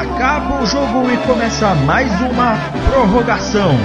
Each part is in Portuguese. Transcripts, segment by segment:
Acaba o jogo e começa mais uma prorrogação.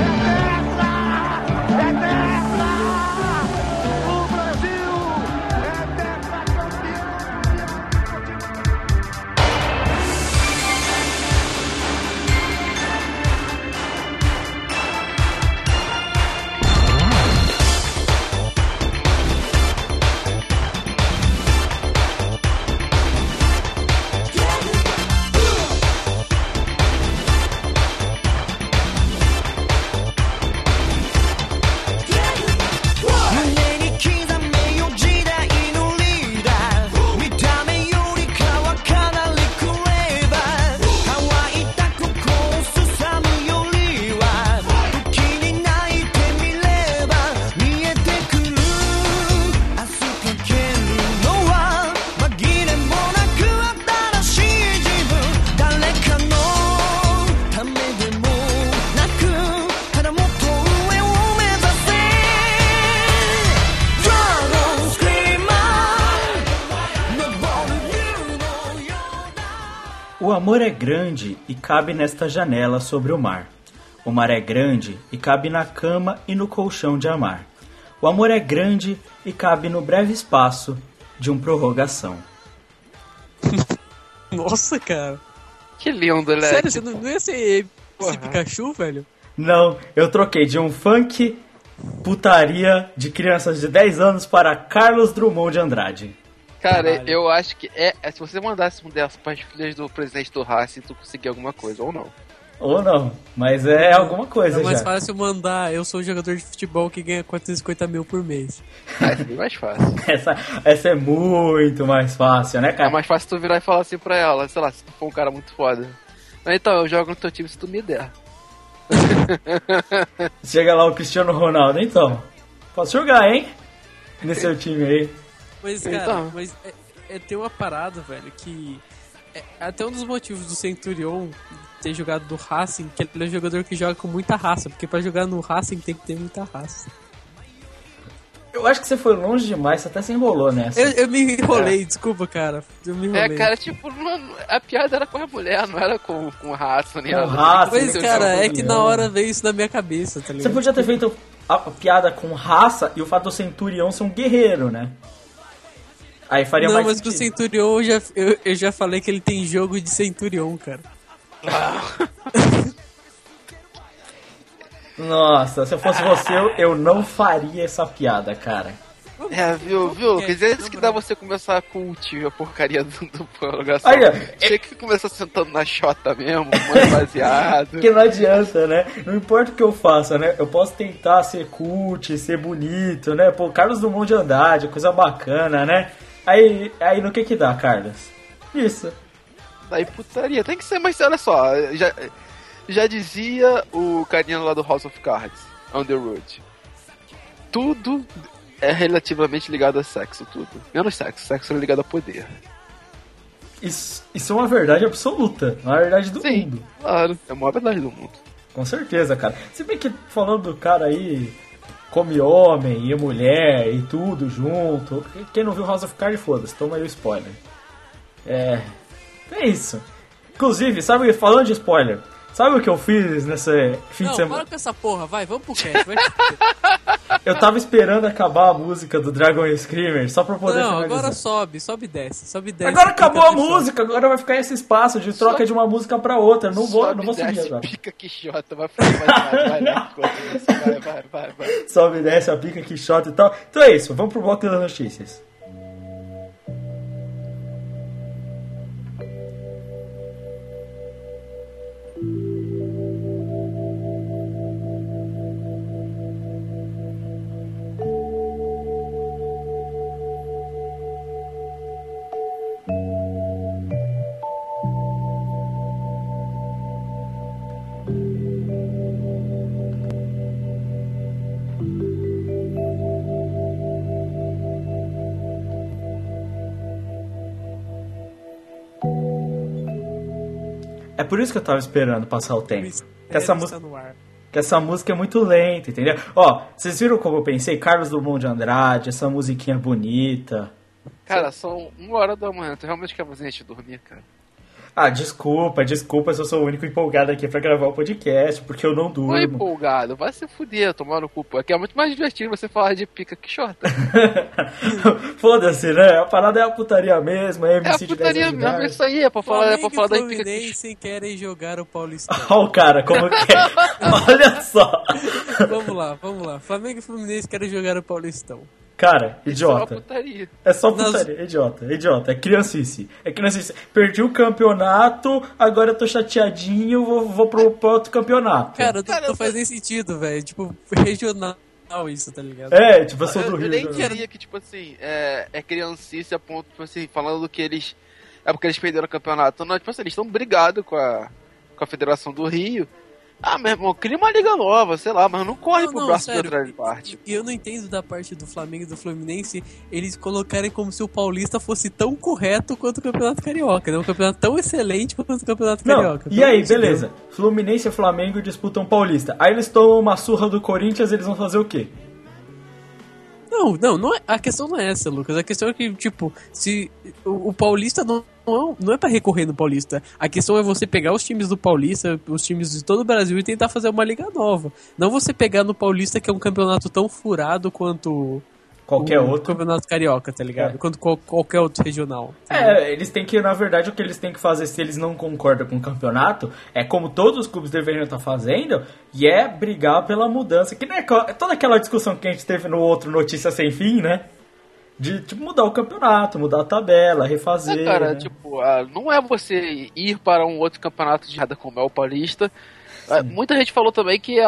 O amor é grande e cabe nesta janela sobre o mar. O mar é grande e cabe na cama e no colchão de amar. O amor é grande e cabe no breve espaço de uma prorrogação. Nossa, cara. Que lindo, né? Sério, você não ia ser esse Pikachu, velho? Não, eu troquei de um funk putaria de crianças de 10 anos para Carlos Drummond de Andrade. Cara, Caralho. eu acho que se você mandasse um dessas para as filhas do presidente do Racing, tu conseguia alguma coisa, ou não. Ou não, mas é alguma coisa É mais já. fácil mandar, eu sou jogador de futebol que ganha 450 mil por mês. É bem mais fácil. Essa é muito mais fácil, né, É cara? mais fácil tu virar e falar assim pra ela, sei lá, se tu for um cara muito foda. Então, eu jogo no teu time se tu me der. Chega lá o Cristiano Ronaldo, então. Posso jogar, hein? Nesse seu time aí. Mas, cara, Então. tem uma parada, velho, que... até um dos motivos do Centurion ter jogado do Racing, que ele é um jogador que joga com muita raça, porque pra jogar no Racing tem que ter muita raça. Eu acho que você foi longe demais, você até se enrolou nessa. Eu me enrolei, desculpa, cara. Eu me enrolei. Cara, tipo, a piada era com a mulher, não era com raça, nem Com nada. raça, Mas, né? cara, é Com que leão. na hora veio isso na minha cabeça, tá ligado? Você podia ter feito a piada com raça e o fato do Centurião ser um guerreiro, né? Aí faria Não, mais mas com o sentido. Centurion eu já falei que ele tem jogo de Centurion, cara. Nossa, se eu fosse você, eu não faria essa piada, cara. Viu? Quer dizer, antes que dá você começar a cultivar a porcaria do prorrogação. Aí, ó, Tinha que começar sentando na chota mesmo, mais baseado. Porque não adianta, né? Não importa o que eu faça, né? Eu posso tentar ser cult, ser bonito, né? Pô, Carlos Drummond de Andrade, coisa bacana, né? Aí no que dá, Carlos? Isso. Daí putaria, tem que ser, mas olha só, já dizia o carinha lá do House of Cards, Underwood. Tudo é relativamente ligado a sexo, tudo. Menos sexo é ligado a poder. Isso é uma verdade absoluta, uma verdade do Sim, mundo. claro, é a maior verdade do mundo. Com certeza, cara. Se bem que falando do cara aí, come homem e mulher e tudo junto. Quem não viu House of Cards, foda-se, toma aí o spoiler. É isso. Inclusive, sabe, falando de spoiler, sabe o que eu fiz nesse fim de Não, semana? para com essa porra, vai, vamos pro cast, vai. Eu tava esperando acabar a música do Dragon Screamer só pra poder Não, finalizar. agora sobe e desce, Agora acabou a fica no música, agora vai ficar esse espaço de troca de uma música pra outra. Não vou subir desce, agora. pica que chota, vai vai. Sobe e desce a pica que shot e tal. Então é isso, vamos pro bloco das notícias. É por isso que eu tava esperando passar o tempo. Que essa música... no ar. Que essa música é muito lenta, entendeu? Ó, vocês viram como eu pensei? Carlos Drummond de Andrade, essa musiquinha bonita. Cara, são 1h da manhã, tu realmente quer fazer a gente dormir, cara? Ah, desculpa se eu sou o único empolgado aqui pra gravar o podcast, porque eu não Foi durmo. empolgado, vai se fuder, tomar no cu, pô. Aqui é muito mais divertido você falar de pica que shorta. Foda-se, né? A parada é a putaria mesmo, é É a MC de 10 putaria anos de mesmo, idade. isso aí, é pra falar da pica que Fluminense querem jogar o Paulistão. Olha o cara, como que é. Olha só. Vamos lá. Flamengo e Fluminense querem jogar o Paulistão. Cara, Isso é uma idiota. putaria. É só putaria, idiota. É criancice. Perdi o campeonato, agora eu tô chateadinho, vou pro outro campeonato. Cara, não faz nem sentido, velho. Tipo, regional isso, tá ligado? É, tipo, eu sou do Eu Rio. nem né? queria que, tipo assim, é criancice a ponto, tipo assim, falando do que eles... É porque eles perderam o campeonato. Não, tipo assim, eles estão brigados com a Federação do Rio. Ah, meu irmão, cria uma liga nova, sei lá, mas não corre pro braço de sério, outra parte. E eu não entendo da parte do Flamengo e do Fluminense eles colocarem como se o Paulista fosse tão correto quanto o Campeonato Carioca, né? Um campeonato tão excelente quanto o Campeonato Não, Carioca. e aí, beleza. Fluminense e Flamengo disputam Paulista. Aí eles tomam uma surra do Corinthians, eles vão fazer o quê? Não é, a questão não é essa, Lucas. A questão é que, tipo, se o Paulista não é pra recorrer no Paulista. A questão é você pegar os times do Paulista, os times de todo o Brasil e tentar fazer uma liga nova. Não você pegar no Paulista, que é um campeonato tão furado quanto Qualquer o outro. Campeonato Carioca, tá ligado? É. Quanto qualquer outro regional. Eles têm que, na verdade, o que eles têm que fazer se eles não concordam com o campeonato é como todos os clubes deveriam estar fazendo, e é brigar pela mudança. Que não é toda aquela discussão que a gente teve no outro Notícia Sem Fim, né? De tipo, mudar o campeonato, mudar a tabela, refazer. Cara, né? tipo, não é você ir para um outro campeonato de nada como é o Paulista. Muita gente falou também que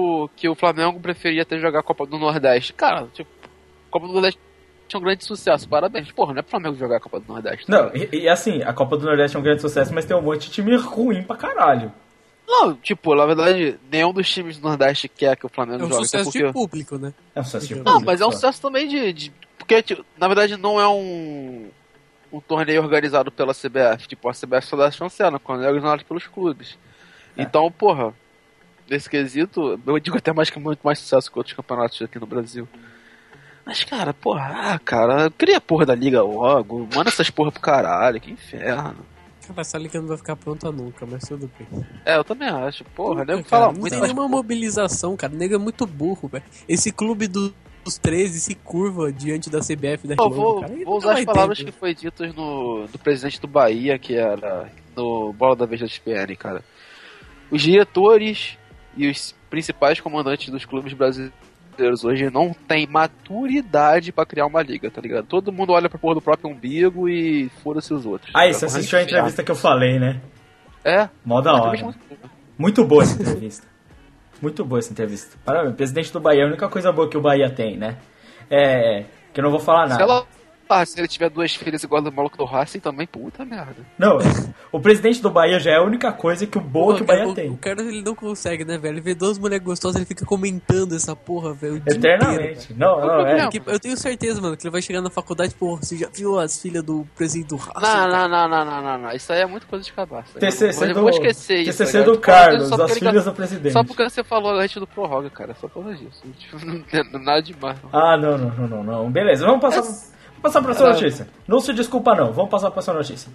o Flamengo preferia ter jogar a Copa do Nordeste. Cara, tipo, a Copa do Nordeste é um grande sucesso, parabéns. Porra, não é pro Flamengo jogar a Copa do Nordeste. Não, e assim, a Copa do Nordeste é um grande sucesso, mas tem um monte de time ruim pra caralho. Não, tipo, na verdade, nenhum dos times do Nordeste quer que o Flamengo É um jogue. sucesso porque... de público, né? É um sucesso de Não, público, Não, mas é um só. sucesso também porque, tipo, na verdade, não é um torneio organizado pela CBF. Tipo, a CBF só dá chancela quando é organizado pelos clubes. É. Então, porra, nesse quesito, eu digo até mais que muito mais sucesso que outros campeonatos aqui no Brasil. Mas, cara, porra, cria a porra da liga logo, manda essas porra pro caralho, que inferno. Cara, essa liga não vai ficar pronta nunca, mas tudo bem. Eu também acho, porra, nego Cara, fala não muito. tem mas, nenhuma mobilização, cara. O nego é muito burro, velho. Esse clube dos 13 se curva diante da CBF da Pô, Globo, cara. vou usar as palavras que foi ditas do presidente do Bahia, que era no Bola da Vez da SPN, cara. Os diretores e os principais comandantes dos clubes brasileiros hoje não têm maturidade pra criar uma liga, tá ligado? Todo mundo olha pra porra do próprio umbigo e foda-se os outros. Aí, você assistiu a entrevista que eu falei, né? É. Mó da hora. Entrevista muito- Muito boa essa entrevista. Muito boa essa entrevista. Parabéns. Presidente do Bahia, a única coisa boa que o Bahia tem, né? Que eu não vou falar nada. Se ele tiver duas filhas igual do maluco do Racing também, puta merda. Não, o presidente do Bahia já é a única coisa que o boa que o Bahia tem. O cara, ele não consegue, né, velho? Ele vê duas mulheres gostosas, ele fica comentando essa porra, velho, o dia Eternamente. inteiro, Não, Não, é. velho. Eu tenho certeza, mano, que ele vai chegar na faculdade, porra, você já viu as filhas do presidente do Racing? cara? Não. Isso aí é muito coisa de cabaça. TCC Eu vou esquecer isso. TCC cara. do Carlos, Só porque as ele- filhas do presidente. Só porque você falou antes do prorroga, cara. Só por causa disso. Tipo, não tem nada demais. Não. Ah, não. Beleza, vamos passar pra sua notícia. Não se desculpa, não. Vamos passar pra sua notícia.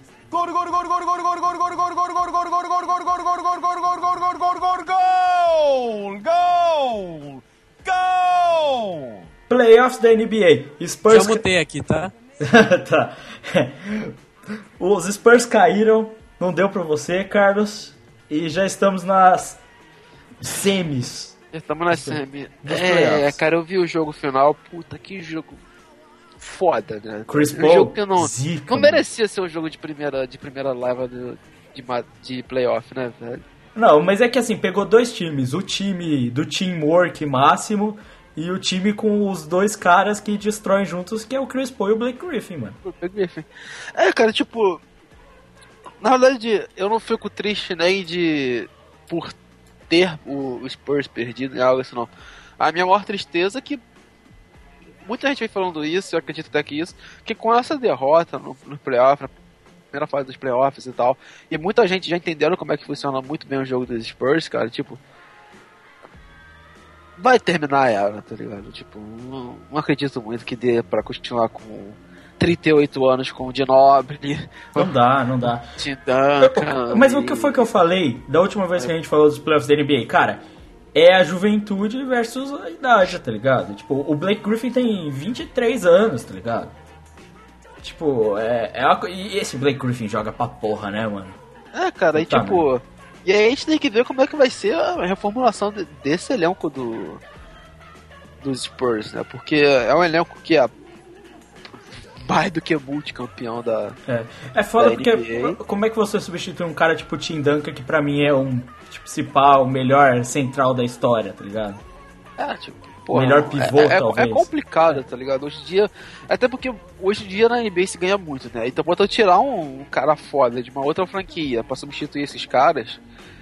Playoffs da NBA. Spurs. Já mutei aqui, tá? Tá. Os Spurs caíram. Não deu pra você, Carlos. E já estamos nas semis. Estamos na semi. Dos playoffs. Cara, eu vi o jogo final. Puta, que jogo foda, né? Chris Um Paul, jogo que não zica, merecia ser um jogo de primeira leva de playoff, né, velho? Não, mas é que assim, pegou dois times. O time do teamwork máximo e o time com os dois caras que destroem juntos, que é o Chris Paul e o Blake Griffin, mano. Cara, tipo... Na verdade, eu não fico triste nem por ter o Spurs perdido em algo assim, não. A minha maior tristeza é que muita gente vem falando isso, eu acredito até que isso, que com essa derrota no playoff, na primeira fase dos playoffs e tal, e muita gente já entendendo como é que funciona muito bem o jogo dos Spurs, cara, tipo, vai terminar a era, tá ligado? Tipo, não acredito muito que dê pra continuar com 38 anos com o Ginobili. Não dá. Tim Duncan. Mas o que foi que eu falei da última vez que a gente falou dos playoffs da NBA? Cara, é a juventude versus a idade, tá ligado? Tipo, o Blake Griffin tem 23 anos, tá ligado? Tipo, e esse Blake Griffin joga pra porra, né, mano? Cara, e Puta tipo... merda. E aí a gente tem que ver como é que vai ser a reformulação desse elenco dos Spurs, né? Porque é um elenco que é mais do que multicampeão da É foda da porque NBA. como é que você substitui um cara tipo Tim Duncan, que pra mim é um, tipo, se pá, o melhor central da história, tá ligado? Melhor pivô, talvez. É complicado, tá ligado? Hoje em dia, até porque hoje em dia na NBA se ganha muito, né? Então, bota eu tirar um cara foda de uma outra franquia pra substituir esses caras,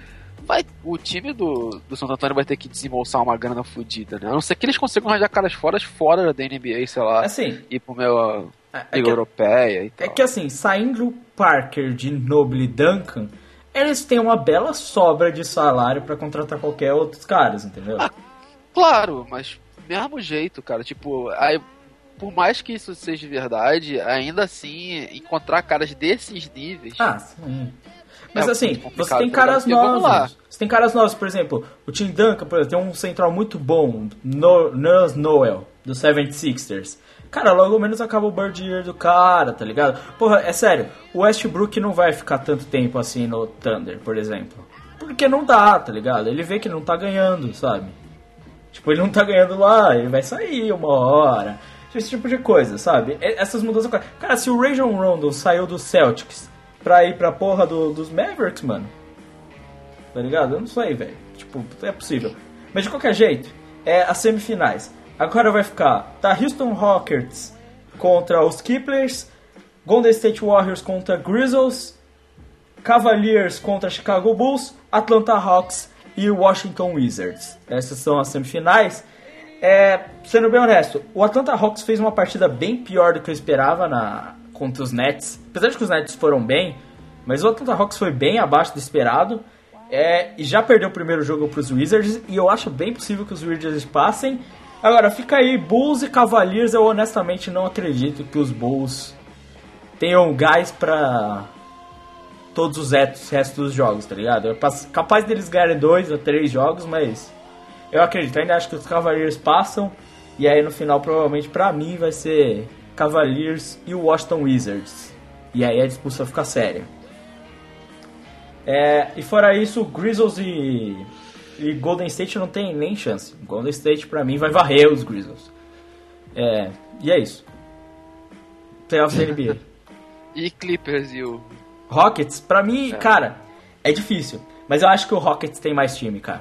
o time do Santo Antônio vai ter que desembolsar uma grana fodida, né? A não ser que eles consigam arranjar caras fora da NBA, sei lá, Assim, ir pro Liga Europeia e tal. É que assim, saindo Parker, Ginobili e Duncan, eles têm uma bela sobra de salário pra contratar qualquer outros caras, entendeu? Claro, mas mesmo jeito, cara, tipo, aí, por mais que isso seja verdade, ainda assim, encontrar caras desses níveis... Sim. Mas É assim, muito você complicado, tem tá ligado? caras Porque, vamos lá. novos. Você tem caras novos, por exemplo, o Tim Duncan, por exemplo, tem um central muito bom, Nerlens Noel, do 76ers. Cara, logo menos acaba o bird year do cara, tá ligado? Porra, é sério, o Westbrook não vai ficar tanto tempo assim no Thunder, por exemplo. Porque não dá, tá ligado? Ele vê que não tá ganhando, sabe? Tipo, ele não tá ganhando lá, ele vai sair uma hora. Esse tipo de coisa, sabe? Essas mudanças... Cara, se o Rajon Rondo saiu do Celtics pra ir pra porra dos Mavericks, mano, tá ligado? Eu não sei, velho. Tipo, é possível. Mas de qualquer jeito, as semifinais. Agora vai ficar, Houston Rockets contra os Clippers, Golden State Warriors contra Grizzlies, Cavaliers contra Chicago Bulls, Atlanta Hawks e Washington Wizards. Essas são as semifinais. Sendo bem honesto, o Atlanta Hawks fez uma partida bem pior do que eu esperava contra os Nets. Apesar de que os Nets foram bem, mas o Atlanta Hawks foi bem abaixo do esperado. E já perdeu o primeiro jogo para os Wizards, e eu acho bem possível que os Wizards passem. Agora, fica aí, Bulls e Cavaliers. Eu honestamente não acredito que os Bulls tenham gás para todos os restos dos jogos, tá ligado? É capaz deles ganharem 2 ou 3 jogos, mas eu acredito, ainda acho que os Cavaliers passam. E aí no final, provavelmente, pra mim, vai ser Cavaliers e o Washington Wizards. E aí a disputa fica séria. E fora isso, Grizzlies e Golden State não tem nem chance. Golden State, pra mim, vai varrer os Grizzlies. E é isso. Playoffs da NBA. E Clippers e o... Rockets, pra mim, cara, é difícil. Mas eu acho que o Rockets tem mais time, cara.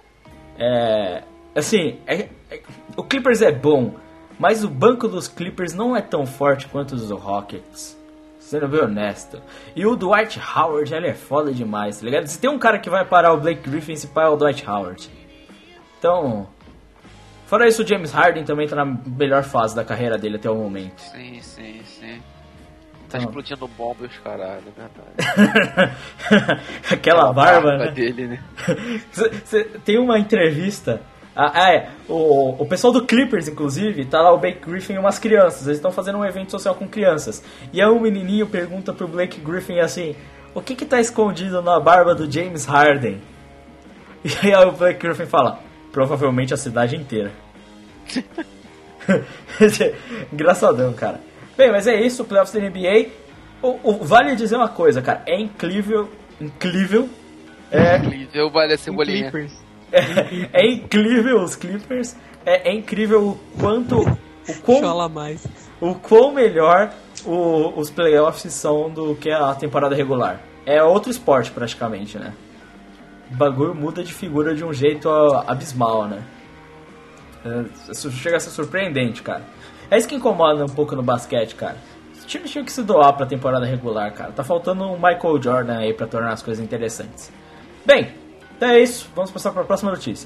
Assim, o Clippers é bom, mas o banco dos Clippers não é tão forte quanto os do Rockets. Sendo bem honesto. E o Dwight Howard, ele é foda demais, tá ligado? Se tem um cara que vai parar o Blake Griffin, esse pai é o Dwight Howard. Então, fora isso, o James Harden também tá na melhor fase da carreira dele até o momento. Sim. Tá explodindo bomba os caralho, é verdade. Aquela barba, né? Dele, né? Tem uma entrevista... O pessoal do Clippers, inclusive, tá lá o Blake Griffin e umas crianças. Eles estão fazendo um evento social com crianças. E aí um menininho pergunta pro Blake Griffin assim: o que tá escondido na barba do James Harden? E aí o Blake Griffin fala: provavelmente a cidade inteira. Engraçadão, cara. Bem, mas é isso, o playoffs da NBA. Vale dizer uma coisa, cara. É incrível. Incrível, vale a cebolinha. É incrível os Clippers. É incrível o quão melhor os playoffs são do que a temporada regular. É outro esporte praticamente, né? O bagulho muda de figura de um jeito abismal, né? Isso chega a ser surpreendente, cara. É isso que incomoda um pouco no basquete, cara. Os times tinham que se doar pra temporada regular, cara. Tá faltando um Michael Jordan aí pra tornar as coisas interessantes. Bem, então é isso. Vamos passar pra próxima notícia.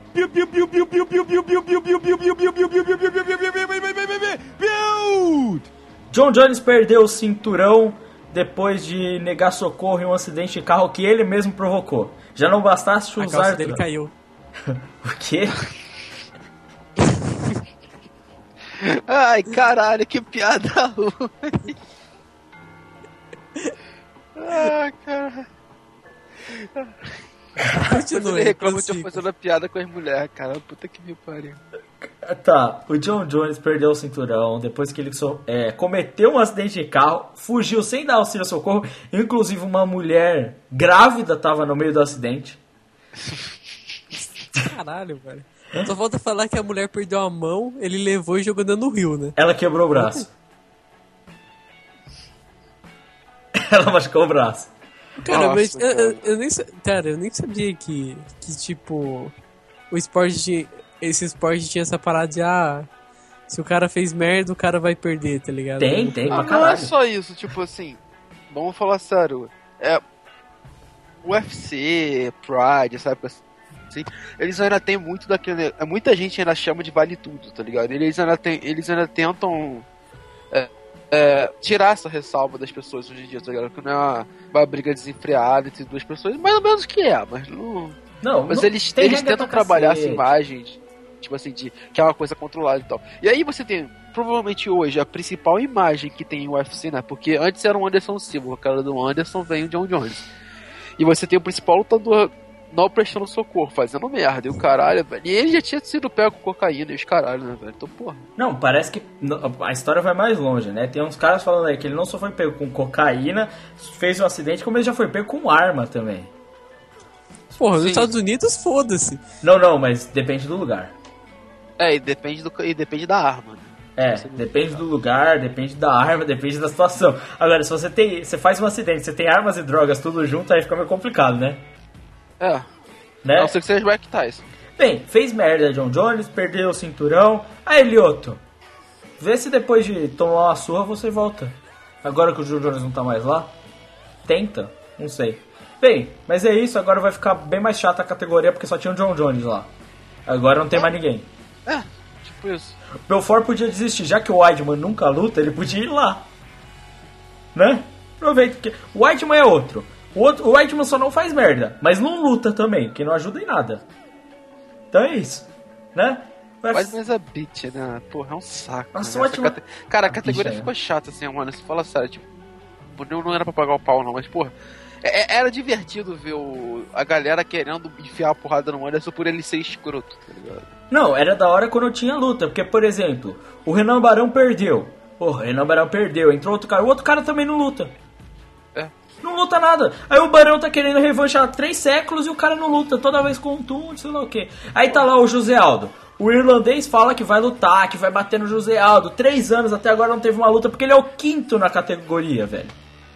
John Jones perdeu o cinturão depois de negar socorro em um acidente de carro que ele mesmo provocou. Já não bastasse usar... A calça dele caiu. O quê? Ai, caralho, que piada ruim. Ah, cara. Continua, Ele reclama de eu prossiga. fazendo a piada com as mulheres, cara. Puta que me pariu. Tá, o John Jones perdeu o cinturão depois que ele cometeu um acidente de carro, fugiu sem dar auxílio ao socorro, inclusive uma mulher grávida tava no meio do acidente. Caralho, velho. Só falta falar que a mulher perdeu a mão, ele levou e jogou dentro do rio, né? Ela quebrou o braço. Ela machucou o braço. Cara, Nossa, mas cara. eu nem sabia que tipo, o esporte, esse esporte tinha essa parada de, se o cara fez merda, o cara vai perder, tá ligado? Tem pra Não é caralho. só isso, tipo assim, vamos falar sério. UFC, Pride, essa época assim, eles ainda tem muito daquele. Muita gente ainda chama de vale tudo, tá ligado? Eles ainda tentam tirar essa ressalva das pessoas hoje em dia, tá ligado? Que não é uma briga desenfreada entre duas pessoas, mais ou menos que mas não. Mas eles tem regra tentam pra trabalhar essa cacete. imagem, tipo assim, de que é uma coisa controlada e tal. E aí você tem, provavelmente hoje, a principal imagem que tem o UFC, né? Porque antes era o Anderson Silva, o cara do Anderson vem o John Jones. E você tem o principal lutador não prestando socorro, fazendo merda. E o caralho, velho. E ele já tinha sido pego com cocaína e os caralho, né, velho? Então, porra. Não, parece que a história vai mais longe, né? Tem uns caras falando aí que ele não só foi pego com cocaína, fez um acidente, como ele já foi pego com arma também. Porra, nos Sim. Estados Unidos, foda-se. Não, mas depende do lugar. E depende da arma, né? Depende do lugar, depende da arma, depende da situação. Agora, se você faz um acidente, você tem armas e drogas tudo junto, aí fica meio complicado, né? Né? A não ser que seja o Mike Tyson. Bem, fez merda John Jones, perdeu o cinturão. Aí, Lioto, vê se depois de tomar uma surra você volta. Agora que o John Jones não tá mais lá, tenta, não sei. Bem, mas é isso, agora vai ficar bem mais chata a categoria porque só tinha o John Jones lá. Agora não tem mais ninguém. Tipo isso. O Belfort podia desistir, já que o Weidman nunca luta, ele podia ir lá. Né? Aproveita, porque o Weidman é outro. O Weidman só não faz merda, mas não luta também, que não ajuda em nada. Então é isso, né? Mas a bitch, né? Porra, é um saco. Nossa, né? o Weidman... Cara, a categoria bicha, ficou chata, assim, mano. Se fala sério, tipo, não era pra pagar o pau, não, mas, porra, era divertido ver a galera querendo enfiar a porrada no Anderson por ele ser escroto, tá ligado? Não, era da hora quando tinha luta, porque, por exemplo, o Renan Barão perdeu. Porra, o Renan Barão perdeu, entrou outro cara. O outro cara também não luta. Não luta nada. Aí o Barão tá querendo revanche há 3 séculos e o cara não luta. Toda vez com um tum, sei lá o que. Aí tá lá o José Aldo. O irlandês fala que vai lutar, que vai bater no José Aldo. 3 anos até agora não teve uma luta porque ele é o 5º na categoria, velho.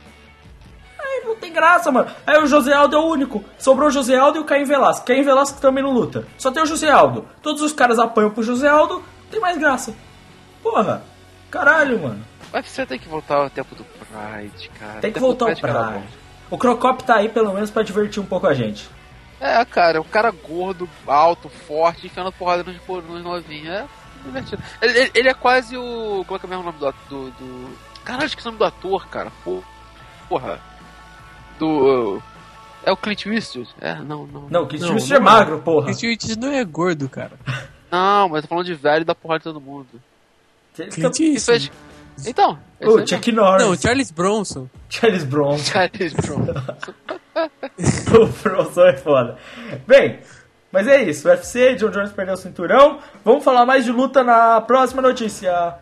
Aí não tem graça, mano. Aí o José Aldo é o único. Sobrou o José Aldo e o Caim Velasquez. Caim Velasquez também não luta. Só tem o José Aldo. Todos os caras apanham pro José Aldo. Não tem mais graça. Porra. Caralho, mano. O UFC tem que voltar ao tempo do Pride, cara. Tem que voltar ao Pride. O Crocop tá aí pelo menos pra divertir um pouco a gente. Cara, um cara gordo, alto, forte, enfiando porrada nos novinhos. É divertido. Ele é quase o... Como é que é o mesmo nome do... Caralho, esqueci o nome do ator, cara. Porra. É o Clint Eastwood? Não, o Clint Eastwood é magro, porra. Clint Eastwood não é gordo, cara. Não, mas eu tô falando de velho e da porrada de todo mundo. Clint Eastwood. Então, o Chuck Norris. Não, Charles Bronson. Charles Bronson. Charles Bronson. O Bronson é foda. Bem, mas é isso. O UFC, John Jones perdeu o cinturão. Vamos falar mais de luta na próxima notícia.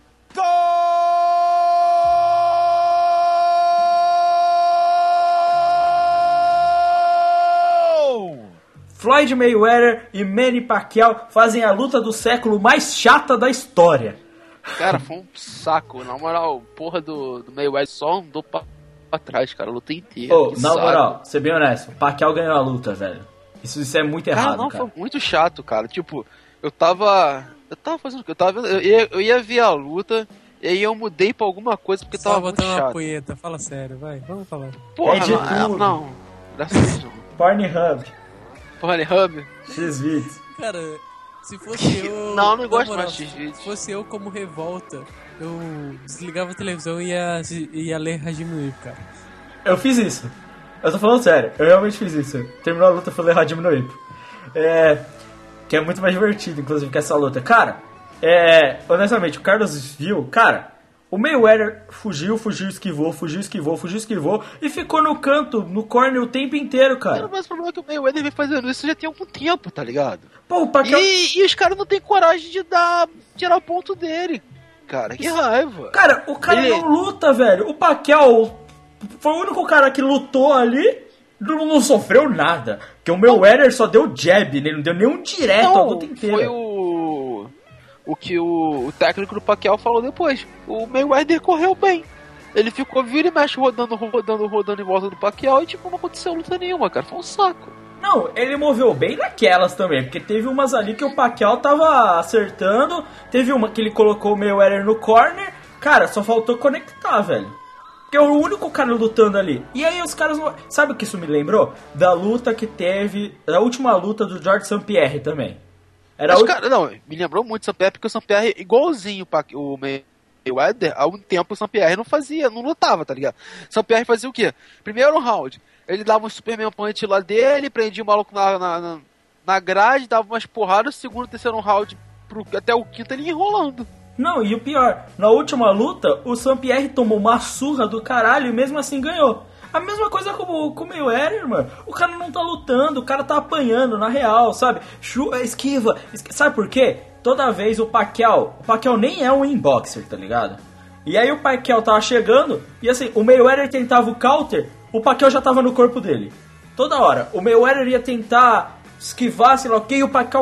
Floyd Mayweather e Manny Pacquiao fazem a luta do século mais chata da história. Cara, foi um saco. Na moral, porra do Mayweather só andou pra trás, cara, a luta inteira. Na moral, ser bem honesto, o Pacquiao ganhou a luta, velho. Isso é muito errado, cara. Foi muito chato, cara. Tipo, eu tava fazendo o que? Eu ia ver a luta, e aí eu mudei pra alguma coisa porque Só tava muito botar uma chato. punheta, fala sério, vai, vamos falar. Porra, É de tudo. não. Graças a Deus, não. Pornhub, Pornhub. X-Videos. Cara, se fosse eu... Não na gosto moral, mais de X-Videos. Se fosse eu como revolta, eu desligava a televisão e ia ler Hajime no Ippo, cara. Eu fiz isso. Eu tô falando sério, eu realmente fiz isso. Terminou a luta, eu falei Hajime no Ippo. Que é muito mais divertido, inclusive, que essa luta. Cara, honestamente, o Carlos viu, cara, o Mayweather fugiu, esquivou, e ficou no canto, no corner o tempo inteiro, cara. Mas o problema é que o Mayweather vem fazendo isso já tem algum tempo, tá ligado? Pô, o Pacquiao... E os caras não tem coragem de tirar o ponto dele. Cara, que raiva. Cara, o cara não luta, velho. O Pacquiao foi o único cara que lutou ali, não sofreu nada. Porque o Mayweather só deu jab, né? Não deu nenhum direto a luta inteira. Foi o que o técnico do Pacquiao falou depois. O Mayweather correu bem. Ele ficou vira e mexe rodando em volta do Pacquiao e tipo, não aconteceu luta nenhuma, cara. Foi um saco. Não, ele moveu bem naquelas também, porque teve umas ali que o Pacquiao tava acertando, teve uma que ele colocou o Mayweather no corner, cara, só faltou conectar, velho. Porque é o único cara lutando ali. E aí os caras... Sabe o que isso me lembrou? Da luta que teve... Da última luta do George St. Pierre também. Não, me lembrou muito o St. Pierre, porque o St. Pierre, igualzinho o Mayweather, há um tempo o St. Pierre não lutava, tá ligado? O St. Pierre fazia o quê? Primeiro round, ele dava um Superman Punch lá dele, prendia o maluco na grade, dava umas porradas, segundo, terceiro round, até o quinto ele ia enrolando. Não, e o pior, na última luta, o St. Pierre tomou uma surra do caralho e mesmo assim ganhou. A mesma coisa com o Mayweather, mano. O cara não tá lutando, o cara tá apanhando, na real, sabe? Esquiva. Sabe por quê? Toda vez o Pacquiao nem é um inboxer, tá ligado? E aí o Pacquiao tava chegando, e assim, o Mayweather tentava o counter, o Pacquiao já tava no corpo dele. Toda hora, o Mayweather ia tentar esquivar, sei lá o que, e o Pacquiao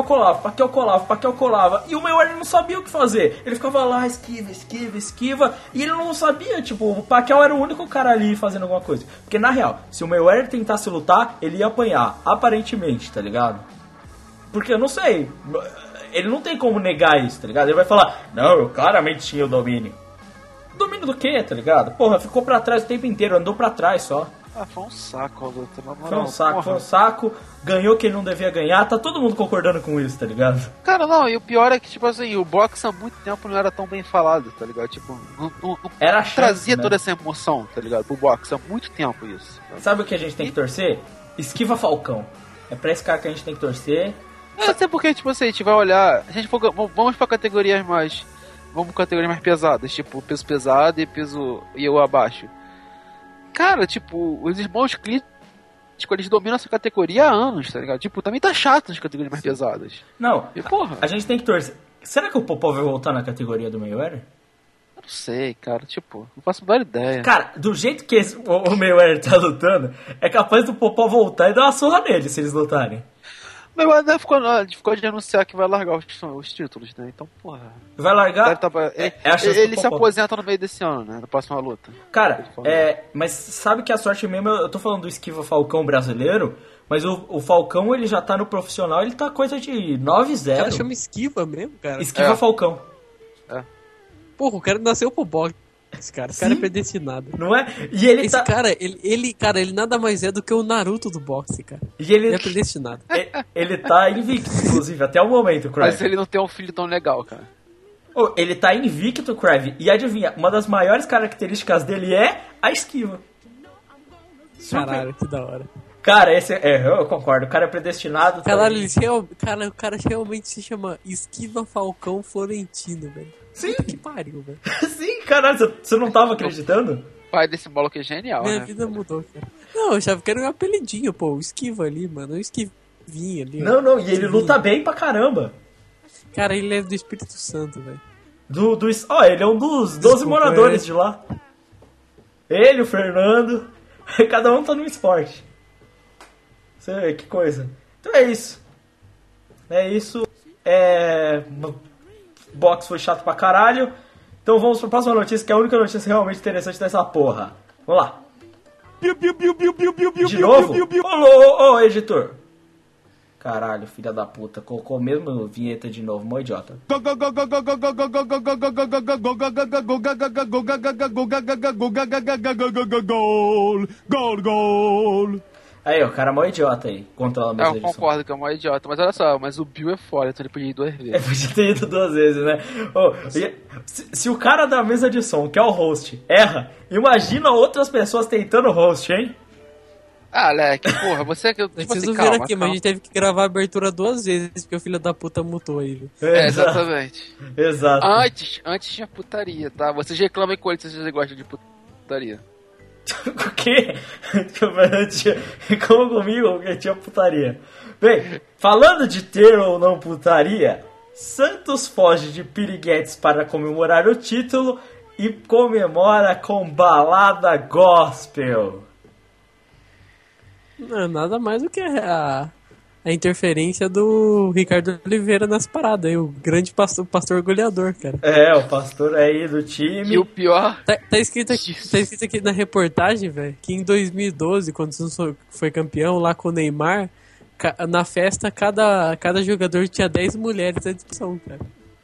colava. E o Mayweather não sabia o que fazer. Ele ficava lá, esquiva, e ele não sabia, tipo, o Pacquiao era o único cara ali fazendo alguma coisa. Porque na real, se o Mayweather tentasse lutar, ele ia apanhar, aparentemente, tá ligado? Porque eu não sei, ele não tem como negar isso, tá ligado? Ele vai falar, não, eu claramente tinha o domínio. Domínio do quê, tá ligado? Porra, ficou pra trás o tempo inteiro, andou pra trás só. Foi um saco a luta. Foi um saco, ganhou quem não devia ganhar, tá todo mundo concordando com isso, tá ligado? Cara, não, e o pior é que, tipo assim, o boxe há muito tempo não era tão bem falado, tá ligado? Tipo, não era chance, trazia né? Toda essa emoção, tá ligado? Pro boxe há muito tempo isso. Sabe o que a gente tem que torcer? Esquiva Falcão. É pra esse cara que a gente tem que torcer. Até porque, tipo assim, a gente vai olhar, a gente vamos pra categorias mais... Vamos pra categorias mais pesadas, tipo peso pesado e peso e eu abaixo. Cara, tipo, os irmãos Klitschko, eles dominam essa categoria há anos, tá ligado? Tipo, também tá chato nas categorias mais pesadas. Não, e, porra, a gente tem que torcer. Será que o Popó vai voltar na categoria do Mayweather? Eu não sei, cara, tipo, não faço a menor ideia. Cara, do jeito que o Mayweather tá lutando, é capaz do Popó voltar e dar uma surra nele se eles lutarem. O Mayweather ficou de anunciar que vai largar os títulos, né? Então, porra. Vai largar? Ele se aposenta no meio desse ano, né? Na próxima luta. Cara, mas sabe que a sorte mesmo, eu tô falando do Esquiva Falcão brasileiro, mas o Falcão, ele já tá no profissional, ele tá coisa de 9-0. O cara chama Esquiva mesmo, cara. Esquiva Falcão. Porra, o cara nasceu pro boxe. Esse cara é predestinado. Não é? E ele Esse cara, ele nada mais é do que o Naruto do boxe, cara. E ele é predestinado. Ele tá invicto, inclusive, até o momento, Crave. Mas ele não tem um filho tão legal, cara. Ele tá invicto, Crave. E adivinha, uma das maiores características dele é a esquiva. Caralho, que da hora. Cara, eu concordo, o cara é predestinado. Caralho, o cara realmente se chama Esquiva Falcão Florentino, velho. Sim. Puta que pariu, velho. Sim, caralho, você não tava acreditando? O pai desse maluco é genial, Minha né? vida mudou, cara. Não, eu achava que era um apelidinho, pô. O Esquiva ali, mano. O Esquivinha ali. Não, e ele luta bem pra caramba. Cara, ele é do Espírito Santo, velho. Ele é um dos 12 moradores de lá. Ele, o Fernando. Cada um tá num esporte. Você vê, que coisa. Então é isso. Box foi chato pra caralho. Então vamos pra próxima notícia, que é a única notícia realmente interessante dessa porra. Vamos lá. De novo? Ô, editor. Caralho, filha da puta. Colocou a mesma vinheta de novo, mó idiota. Gol. Aí, o cara é mó idiota aí, controla a mesa de som. Eu concordo que é mó idiota, mas olha só, mas o Bill é foda, então ele podia ir 2 vezes. Podia ter ido 2 vezes, né? Se o cara da mesa de som, que é o host, erra, imagina outras pessoas tentando o host, hein? Ah, Leque, porra, você que. Tipo Vocês assim, não viram calma, aqui, mas a gente teve que gravar a abertura 2 vezes, porque o filho da puta mutou aí, viu? Exatamente. Exato. Antes tinha putaria, tá? Vocês reclamam com ele se vocês gostam de putaria. O quê? Como comigo, porque tinha putaria. Bem, falando de ter ou não putaria, Santos foge de piriguetes para comemorar o título e comemora com balada gospel. Não é nada mais do que a interferência do Ricardo Oliveira nas paradas aí, o grande pastor goleador, cara. É, o pastor aí do time. E o pior... Tá escrito aqui na reportagem, velho, que em 2012, quando o Santos foi campeão lá com o Neymar, na festa cada jogador tinha 10 mulheres à disposição, cara.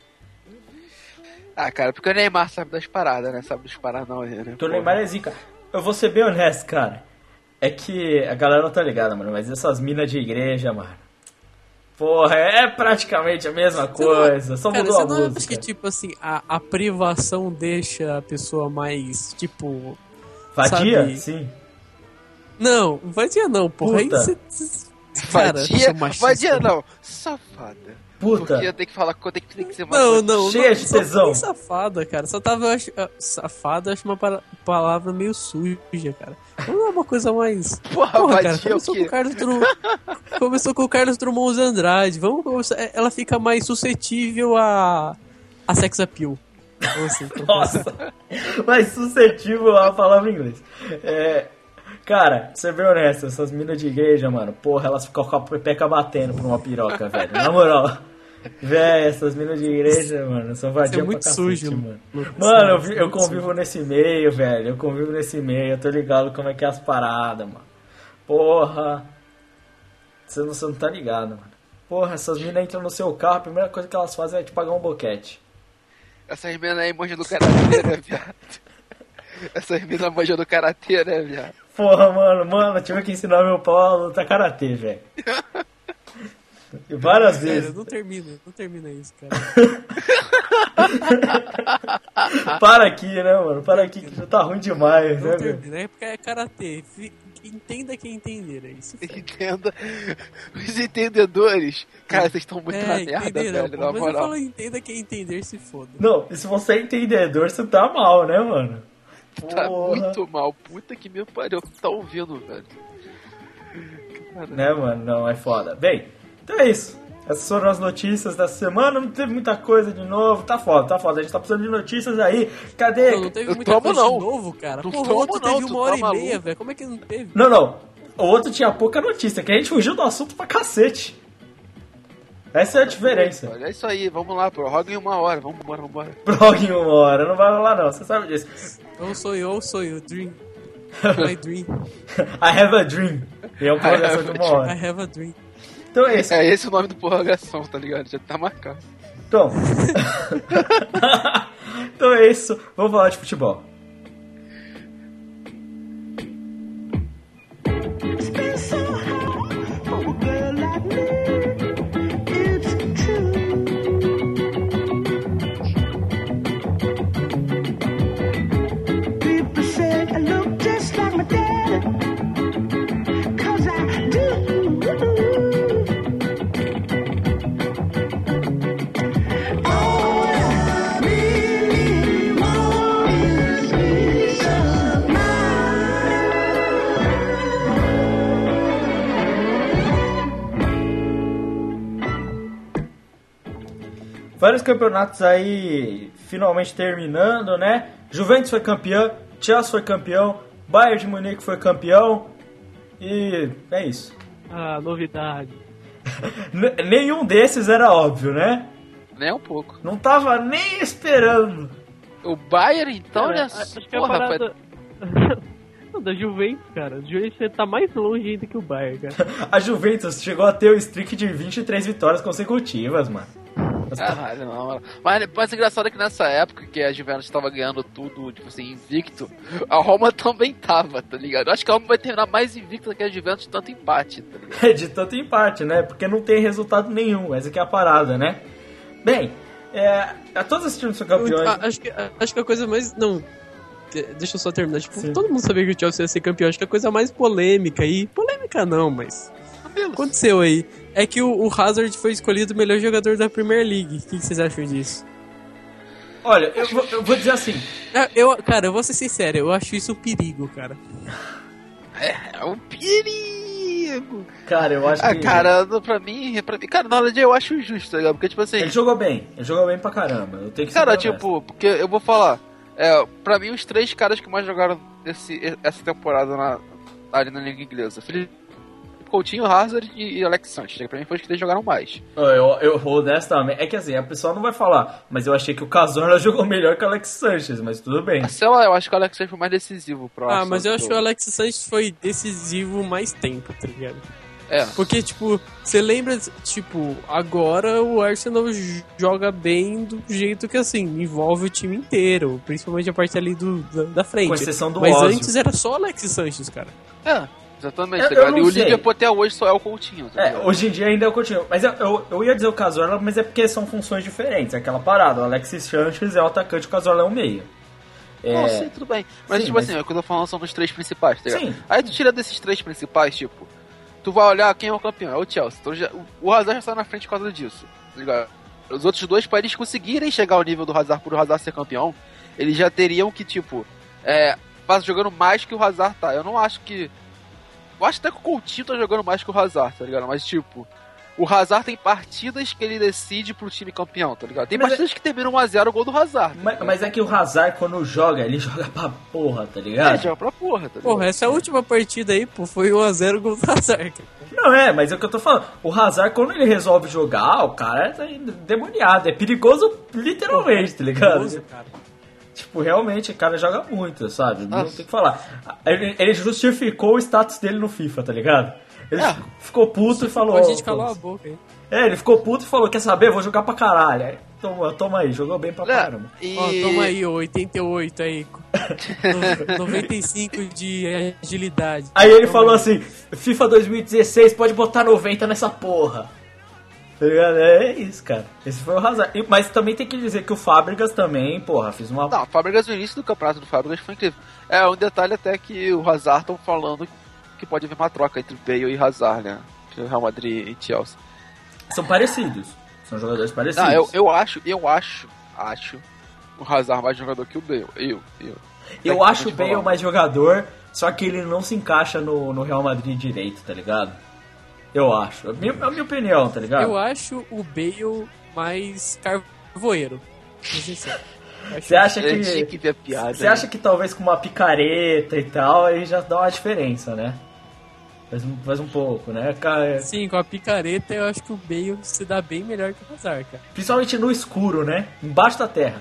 Ah, cara, porque o Neymar sabe das paradas, né? Sabe dos paradas não, né? Porque o Neymar é zica. Eu vou ser bem honesto, cara. É que a galera não tá ligada, mano, mas essas minas de igreja, mano, porra, é praticamente a mesma coisa. Só mudou a música. Você não acha que, tipo assim, a privação deixa a pessoa mais, tipo... Vadia? Sabe? Sim. Não, vadia não, porra. Aí você... Vadia não, safada. Puta. Porque tem que falar, tem que ser mais... Não, cheia de tesão. Não safada, cara. Só tava... Safada, acho uma palavra meio suja, cara. Não é uma coisa mais... Porra, cara, começou com o Carlos Drummond de Andrade. Ela fica mais suscetível a sex appeal. Assim, nossa, mais suscetível a palavra em inglês. Cara, ser bem honesto, essas minas de igreja, mano, porra, elas ficam com a pepeca batendo por uma piroca, velho. Na moral. Véi, essas minas de igreja, mano, são vadias pra cacete, sujo, mano. Mano, eu convivo nesse meio, velho. Eu tô ligado como é que é as paradas, mano. Porra. Você não tá ligado, mano. Porra, essas minas entram no seu carro, a primeira coisa que elas fazem é te pagar um boquete. Essas minas aí manjam do karatê, né, viado? Essas minas manjam do karatê, né, viado? Porra, mano, eu tive que ensinar meu pau a lutar karatê, velho. Várias vezes. Não termina isso, cara. Para aqui, né, mano? Para aqui que já tá ruim demais, não né, termina, é porque é karatê. Entenda quem entender, é isso. Entenda. Os entendedores. Cara, vocês estão muito na merda, velho, na mas moral. eu falo, entenda quem entender, se foda. Não, e se você é entendedor, você tá mal, né, mano? Tá muito mal. Puta que me pariu. Tá ouvindo, velho. Caramba. Né, mano? Não, é foda. Bem, então é isso. Essas foram as notícias dessa semana. Não teve muita coisa de novo. Tá foda. A gente tá precisando de notícias aí. Cadê? Não teve muita coisa de novo, cara. Porra, o outro teve 1h30, velho. Como é que não teve? Não. O outro tinha pouca notícia, que a gente fugiu do assunto pra cacete. Essa é a diferença. Olha, é isso aí. Vamos lá, prorroga em 1 hora. Vambora. Prorroga em 1 hora. Não vai rolar, não. Você sabe disso. Ou sou eu. Dream. My dream. I have a dream. E é uma prorrogação de 1 hora. I have a dream. Então é isso. É esse o nome do prorrogação, tá ligado? Já tá marcado. Então. Então é isso. Vamos falar de futebol. Vários campeonatos aí finalmente terminando, né? Juventus foi campeão, Chelsea foi campeão, Bayern de Munique foi campeão e é isso. Ah, novidade. Nenhum desses era óbvio, né? Nem um pouco. Não tava nem esperando. O Bayern, então, cara, né? Acho que a parada... Não, da Juventus, cara. O Juventus tá mais longe ainda que o Bayern, cara. A Juventus chegou a ter o streak de 23 vitórias consecutivas, mano. Caralho, não. Mas o engraçado é que nessa época que a Juventus tava ganhando tudo, tipo assim, invicto, a Roma também tava, tá ligado? Eu acho que a Roma vai terminar mais invicta que a Juventus de tanto empate, tá ligado? É, de tanto empate, né? Porque não tem resultado nenhum, essa que é a parada, né? Bem, a todos os times são campeões. Acho que a coisa mais... Não, Deixa eu só terminar. Tipo, Sim. todo mundo sabia que o Chelsea ia ser campeão. Acho que a coisa mais polêmica aí... Polêmica não, mas... aconteceu aí. É que o Hazard foi escolhido o melhor jogador da Premier League. O que vocês acham disso? Olha, eu vou dizer assim. Cara, eu vou ser sincero. Eu acho isso um perigo, cara. É um perigo. Cara, eu acho que... Cara, pra mim, cara, na verdade eu acho justo, tá ligado? Porque, tipo assim... Ele jogou bem pra caramba. Eu tenho que ser Cara, honesto. tipo, porque eu vou falar, pra mim os 3 caras que mais jogaram essa temporada na Liga Inglesa, Felipe Coutinho, Hazard e Alex Sanchez, pra mim foi os que eles jogaram mais. Eu honestamente... É que assim, a pessoa não vai falar, mas eu achei que o Cazorla jogou melhor que o Alex Sanchez, mas tudo bem. Sei lá, eu acho que o Alex Sanchez foi mais decisivo pro Arsenal. Mas eu acho que o Alex Sanchez foi decisivo mais tempo, tá ligado? Porque, tipo, você lembra, tipo, agora o Arsenal joga bem do jeito que, assim, envolve o time inteiro, principalmente a parte ali da frente. Com exceção do Mas Ozil. antes era só o Alex Sanchez, cara. Exatamente, Eu tá ligado? não E o sei. Liverpool até hoje só é o Coutinho, tá ligado? Hoje em dia ainda é o Coutinho. Mas eu ia dizer o Cazorla, mas é porque são funções diferentes. É aquela parada, o Alexis Sanchez é o atacante, o Cazorla é o meia. Não, sim, tudo bem. Mas, Sim, tipo assim, o que eu tô falando são dos 3 principais, tá ligado? Sim. Aí tu tira desses 3 principais, tipo, tu vai olhar quem é o campeão, é o Chelsea. Então, o Hazard já tá na frente por causa disso, tá ligado? Os outros 2, pra eles conseguirem chegar ao nível do Hazard por o Hazard ser campeão, eles já teriam que, tipo, jogando mais que o Hazard tá. Eu não acho que... Eu acho até que o Coutinho tá jogando mais que o Hazard, tá ligado? Mas, tipo, o Hazard tem partidas que ele decide pro time campeão, tá ligado? Tem partidas que terminam 1x0 o gol do Hazard. Mas é que o Hazard, quando joga, ele joga pra porra, tá ligado? Ele joga pra porra, tá ligado? Porra, essa última partida aí, pô, foi 1x0 gol do Hazard. Não mas é o que eu tô falando. O Hazard, quando ele resolve jogar, o cara tá demoniado. É perigoso literalmente, tá ligado? Perigoso, cara. Tipo, realmente, o cara joga muito, sabe? Não tem o que falar. Ele justificou o status dele no FIFA, tá ligado? Ele ficou puto e falou... A gente calou a boca aí. Ele ficou puto e falou, quer saber? Vou jogar pra caralho. Aí, toma aí, jogou bem pra caramba. Toma aí, 88 aí. 95 de agilidade. Aí ele falou assim, FIFA 2016 pode botar 90 nessa porra. Tá ligado? É isso, cara. Esse foi o Hazard. Mas também tem que dizer que o Fábricas também, porra, fiz uma... Não, o Fábricas, no início do campeonato do Fábricas foi incrível. Um detalhe até que o Hazard estão falando que pode haver uma troca entre Bale e Hazard, né? Entre o Real Madrid e Chelsea. São parecidos. São jogadores parecidos. Eu acho o Hazard mais jogador que o Bale. Eu acho o Bale mais jogador, só que ele não se encaixa no Real Madrid direito, tá ligado? Eu acho. É a minha opinião, tá ligado? Eu acho o Bale mais carvoeiro. Você acha que... tinha que ver a piada, Você acha que talvez com uma picareta e tal, aí já dá uma diferença, né? Faz um pouco, né? Sim, com a picareta eu acho que o Bale se dá bem melhor que o Hazard, cara. Principalmente no escuro, né? Embaixo da terra.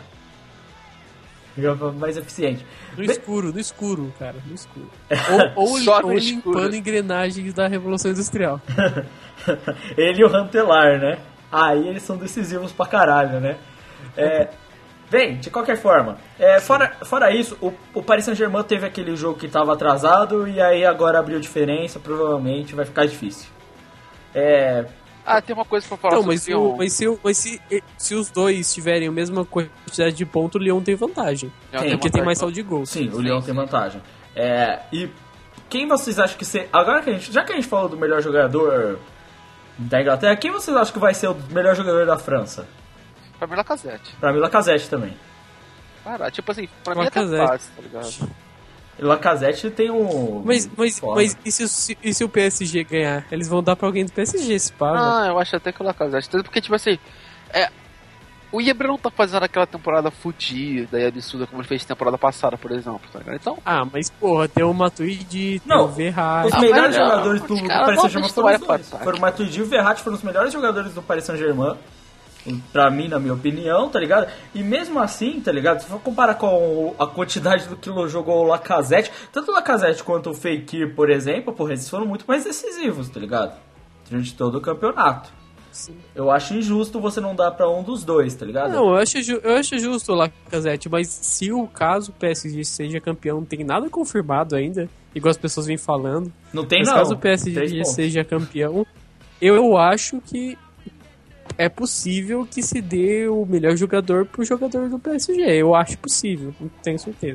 Mais eficiente. No escuro, cara, no escuro. Ou limpando engrenagens da Revolução Industrial. Ele e o Rantelar, né? Aí eles são decisivos pra caralho, né? Bem, de qualquer forma, fora isso, o Paris Saint-Germain teve aquele jogo que estava atrasado e aí agora abriu diferença, provavelmente vai ficar difícil. Tem uma coisa pra falar sobre mas se os dois tiverem a mesma quantidade de pontos, o Lyon tem vantagem. Porque tem mais saldo de gol. Sim, o Lyon tem vantagem. E quem vocês acham que ser... Agora já que a gente falou do melhor jogador da Inglaterra, quem vocês acham que vai ser o melhor jogador da França? Pra mim, Lacazette. Pra mim, Lacazette também. Cara, tipo assim, pra mim é até fácil, tá ligado? Lacazette tem um... Mas e se o PSG ganhar? Eles vão dar pra alguém do PSG esse pá. Eu acho até que o Lacazette. Porque, tipo assim, o Ibra não tá fazendo aquela temporada fodida e absurda como ele fez temporada passada, por exemplo, tá ligado? Então... mas porra, tem o Matuidi, tem o Verratti. Os melhores jogadores do Paris Saint-Germain foram os dois. Foram o Matuidi e o Verratti foram os melhores jogadores do Paris Saint-Germain. Pra mim, na minha opinião, tá ligado? E mesmo assim, tá ligado? Se for comparar com a quantidade do que jogou o Lacazette, tanto o Lacazette quanto o Fekir, por exemplo, porra, eles foram muito mais decisivos, tá ligado? Durante todo o campeonato. Sim. Eu acho injusto você não dar pra um dos dois, tá ligado? Não, eu acho justo o Lacazette, mas se o caso o PSG seja campeão, não tem nada confirmado ainda, igual as pessoas vêm falando. Não tem, mas não. Caso o PSG seja campeão, eu acho que é possível que se dê o melhor jogador pro jogador do PSG. Eu acho possível, não tenho certeza.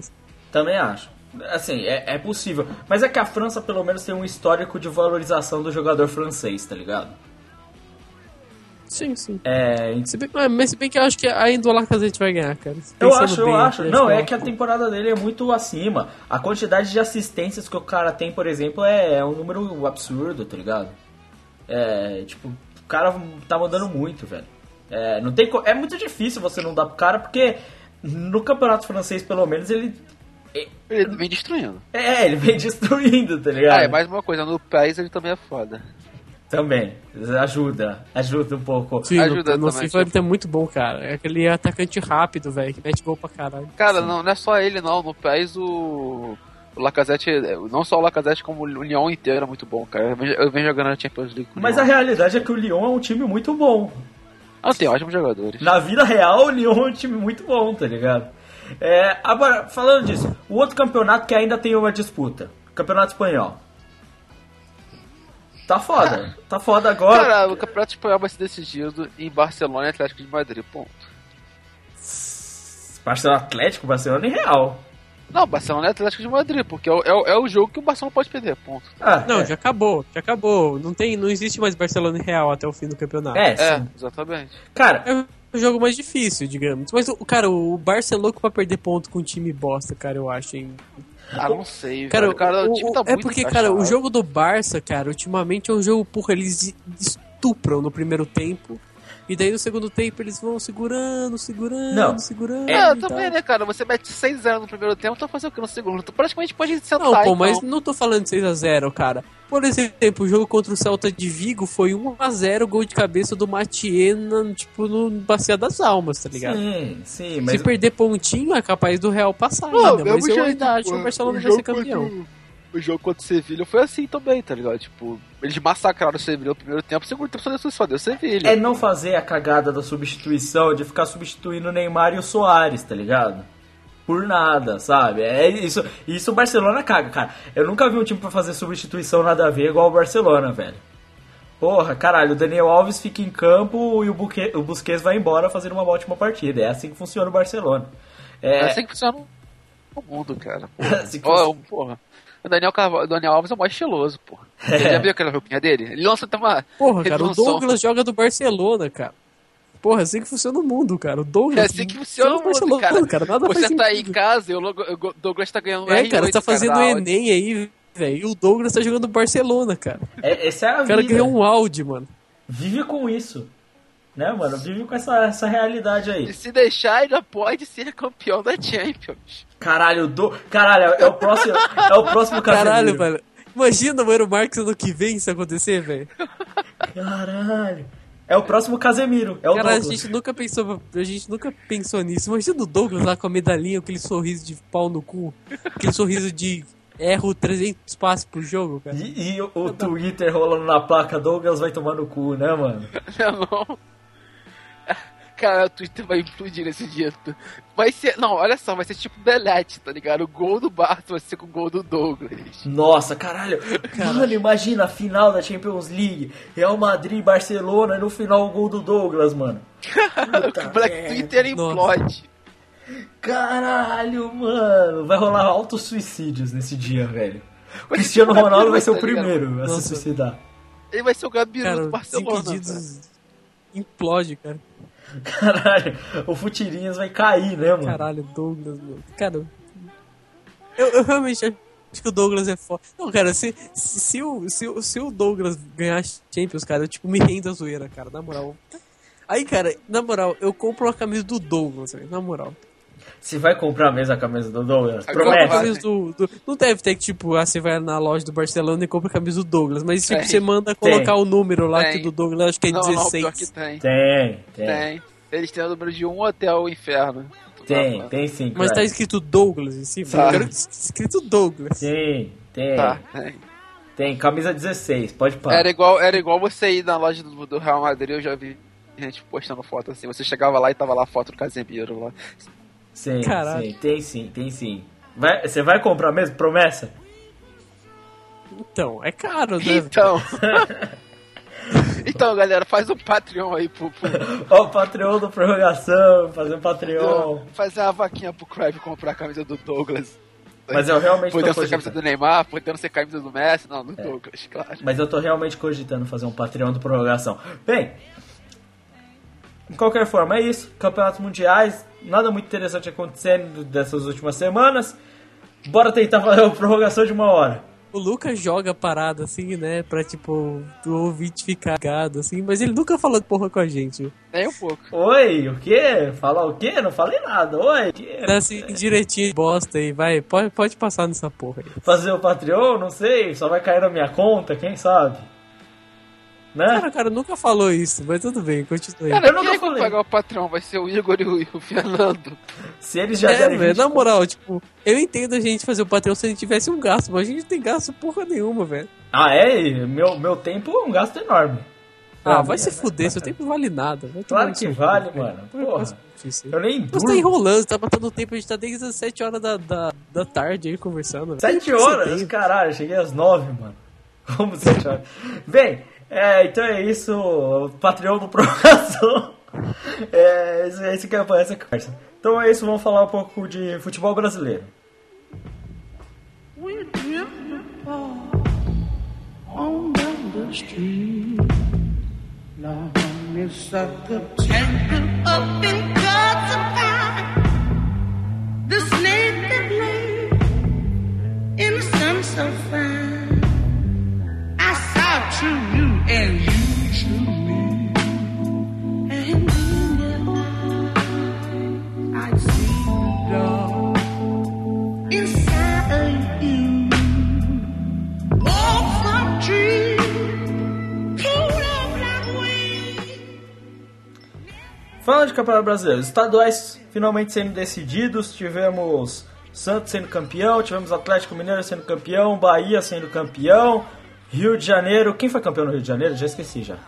Também acho. Assim, é possível. Mas é que a França pelo menos tem um histórico de valorização do jogador francês, tá ligado? Sim, sim. Mas se bem que eu acho que ainda o Lacazette vai ganhar, cara. Eu acho. Não, é que a temporada dele é muito acima. A quantidade de assistências que o cara tem, por exemplo, é um número absurdo, tá ligado? Tipo, o cara tá mandando muito, velho. Não tem é muito difícil você não dar pro cara, porque no campeonato francês, pelo menos, ele vem destruindo. Ele vem destruindo, tá ligado? Mais uma coisa, no país ele também é foda. Também, ajuda um pouco. Sim, ajuda no também, FIFA ele é muito bom, cara. É aquele atacante rápido, velho, que mete gol pra caralho. Cara, não é só ele não, no país o Lacazette, não só o Lacazette, como o Lyon inteiro é muito bom, cara. Eu venho jogando na Champions League. Mas a realidade é que o Lyon é um time muito bom. Tem ótimos jogadores. Na vida real, o Lyon é um time muito bom, tá ligado? Agora, falando disso, o outro campeonato que ainda tem uma disputa, Campeonato Espanhol. Tá foda agora. Cara, o Campeonato Espanhol vai ser decidido em Barcelona e Atlético de Madrid, ponto. Barcelona Atlético, Barcelona e Real. Não, Barcelona e Atlético de Madrid, porque é o jogo que o Barcelona pode perder, ponto. Já acabou. Não existe mais Barcelona e Real até o fim do campeonato. Sim. Exatamente. Cara, é o jogo mais difícil, digamos. Mas, cara, o Barça é louco pra perder ponto com um time bosta, cara, eu acho, hein? Não sei, cara, o time tá muito porque, encaixado. cara, o jogo do Barça, cara, ultimamente é um jogo, porra, eles estupram no primeiro tempo. E daí no segundo tempo eles vão segurando. Também, né, cara? Você mete 6-0 no primeiro tempo, então fazer o que no segundo? Tu praticamente pode sentar. Não, pô, mas não tô falando de 6-0, cara. Por exemplo, o jogo contra o Celta de Vigo foi 1-0, gol de cabeça do Matiena, tipo, no Bacia das Almas, tá ligado? Sim, mas... Se perder pontinho, é capaz do Real passar ainda, mas eu ainda acho que o Barcelona vai ser campeão. O jogo contra o Sevilha foi assim também, tá ligado? Tipo, eles massacraram o Sevilha no primeiro tempo, o segundo tempo só deu o Sevilha. Não fazer a cagada da substituição, de ficar substituindo o Neymar e o Soares, tá ligado? Por nada, sabe? Isso o Barcelona caga, cara. Eu nunca vi um time pra fazer substituição nada a ver igual o Barcelona, velho. Porra, caralho, o Daniel Alves fica em campo e o Busquets vai embora fazendo uma ótima partida. É assim que funciona o Barcelona. É assim que funciona o mundo, cara. Porra. O Daniel Alves é o mais estiloso, porra. Você já viu aquela roupinha dele? Ele lança até uma... Porra, cara, o Douglas joga do Barcelona, cara. Porra, é assim que funciona o mundo, cara. O Douglas... É assim que funciona o mundo, cara. Nada você tá aí em casa e o Douglas tá ganhando R8, cara, você tá fazendo Enem aí, velho. E o Douglas tá jogando Barcelona, cara. Essa é a vida. O cara ganhou um Audi, mano. Vive com isso. Né, mano? Vive com essa realidade aí. E se deixar, ele pode ser campeão da Champions. Caralho, é o próximo Casemiro. Caralho, mano. Imagina o Mano Marques ano que vem isso acontecer, velho. Caralho. É o próximo Casemiro. É o cara, Douglas. a gente nunca pensou nisso. Imagina o Douglas lá com a medalhinha, aquele sorriso de pau no cu. Aquele sorriso de erro 300 passes por jogo, cara. E o Twitter rolando na placa, Douglas vai tomar no cu, né, mano? Não. Cara, o Twitter vai implodir nesse dia. Vai ser... Não, olha só, vai ser tipo Delete, tá ligado? O gol do Barça vai ser com o gol do Douglas. Nossa, caralho. Mano, imagina a final da Champions League. Real Madrid e Barcelona e no final o gol do Douglas, mano. O Black Twitter implode. Caralho, mano. Vai rolar altos suicídios nesse dia, velho. O Cristiano Ronaldo vai ser o primeiro a se suicidar. Ele vai ser o Gabiru do Barcelona. Implode, cara. Caralho, o Futirinhas vai cair, né, mano? Caralho, Douglas, mano. Cara, eu realmente acho que o Douglas é foda. Não, cara, se o Douglas ganhar Champions, cara, eu tipo me rendo a zoeira, cara, na moral. Aí, cara, na moral, eu compro uma camisa do Douglas, véio, na moral. Você vai comprar mesmo a camisa do Douglas? Promete. Não deve ter que, tipo, você vai na loja do Barcelona e compra a camisa do Douglas. Mas, tipo, você manda colocar o número lá que do Douglas, acho que é 16. Não, pior que tem. Tem. Eles têm o número de 1 até o inferno. Tem sim. Mas tá escrito Douglas em cima? Tá. Eu quero escrito Douglas. Tem. Tá, tem, camisa 16, pode parar. Era igual você ir na loja do Real Madrid, eu já vi gente postando foto assim. Você chegava lá e tava lá a foto do Casemiro lá. Sim, tem sim. Você vai comprar mesmo? Promessa? Então, é caro, né? Então, galera, faz um Patreon aí pro... Ó, o Patreon do Prorrogação, fazer um Patreon. Fazer uma vaquinha pro Crave comprar a camisa do Douglas. Mas eu realmente tô Podendo ser cogitando. camisa do Neymar, podendo ser camisa do Messi, não, do Douglas, claro. Mas eu tô realmente cogitando fazer um Patreon do Prorrogação. Bem, de qualquer forma, é isso. Campeonatos mundiais, nada muito interessante acontecendo dessas últimas semanas. Bora tentar fazer uma prorrogação de 1 hora. O Lucas joga a parada assim, né? Pra tipo, o ouvinte ficar ligado, assim, mas ele nunca falou de porra com a gente. Nem um pouco. Oi, o quê? Falar o quê? Não falei nada. Oi, o quê? Tá assim, direitinho, bosta aí, vai, pode passar nessa porra aí. Fazer o Patreon? Não sei, só vai cair na minha conta, quem sabe? Né? Cara, nunca falou isso, mas tudo bem, continue. Cara, Eu nunca quem é que vai falei. pagar o patrão? Vai ser o Igor e o Fernando. Se eles já derem velho, 20... na moral, tipo, eu entendo a gente fazer o Patreon se a gente tivesse um gasto, mas a gente não tem gasto porra nenhuma, velho. Ah, é? Meu tempo é um gasto enorme. Ah, vai se fuder, seu tempo vale nada. Vai tomar Claro no que seu vale, cu, mano. velho. Porra. Você Eu nem tá durmo. enrolando, você tá matando tempo, a gente tá desde as 7 horas da tarde aí conversando. velho. 7 Tem que ser horas? tempo. Caralho, cheguei às 9, mano. Como 7 horas? Bem, então é isso. O Patreon do Prorrogação. Esse que é essa conversa. Então é isso, vamos falar um pouco de futebol brasileiro. We drift apart on down the street. Now honeysuckle tangled up in cords of pine. The snake that lay in the sun so fine. I saw through you and you through me. And in your eyes I'd see the dawn inside you. Walk from tree, pulled up that way. Falando de Campeonato Brasileiro, os estaduais finalmente sendo decididos. Tivemos Santos sendo campeão, tivemos Atlético Mineiro sendo campeão, Bahia sendo campeão, Rio de Janeiro. Quem foi campeão no Rio de Janeiro? Já esqueci já.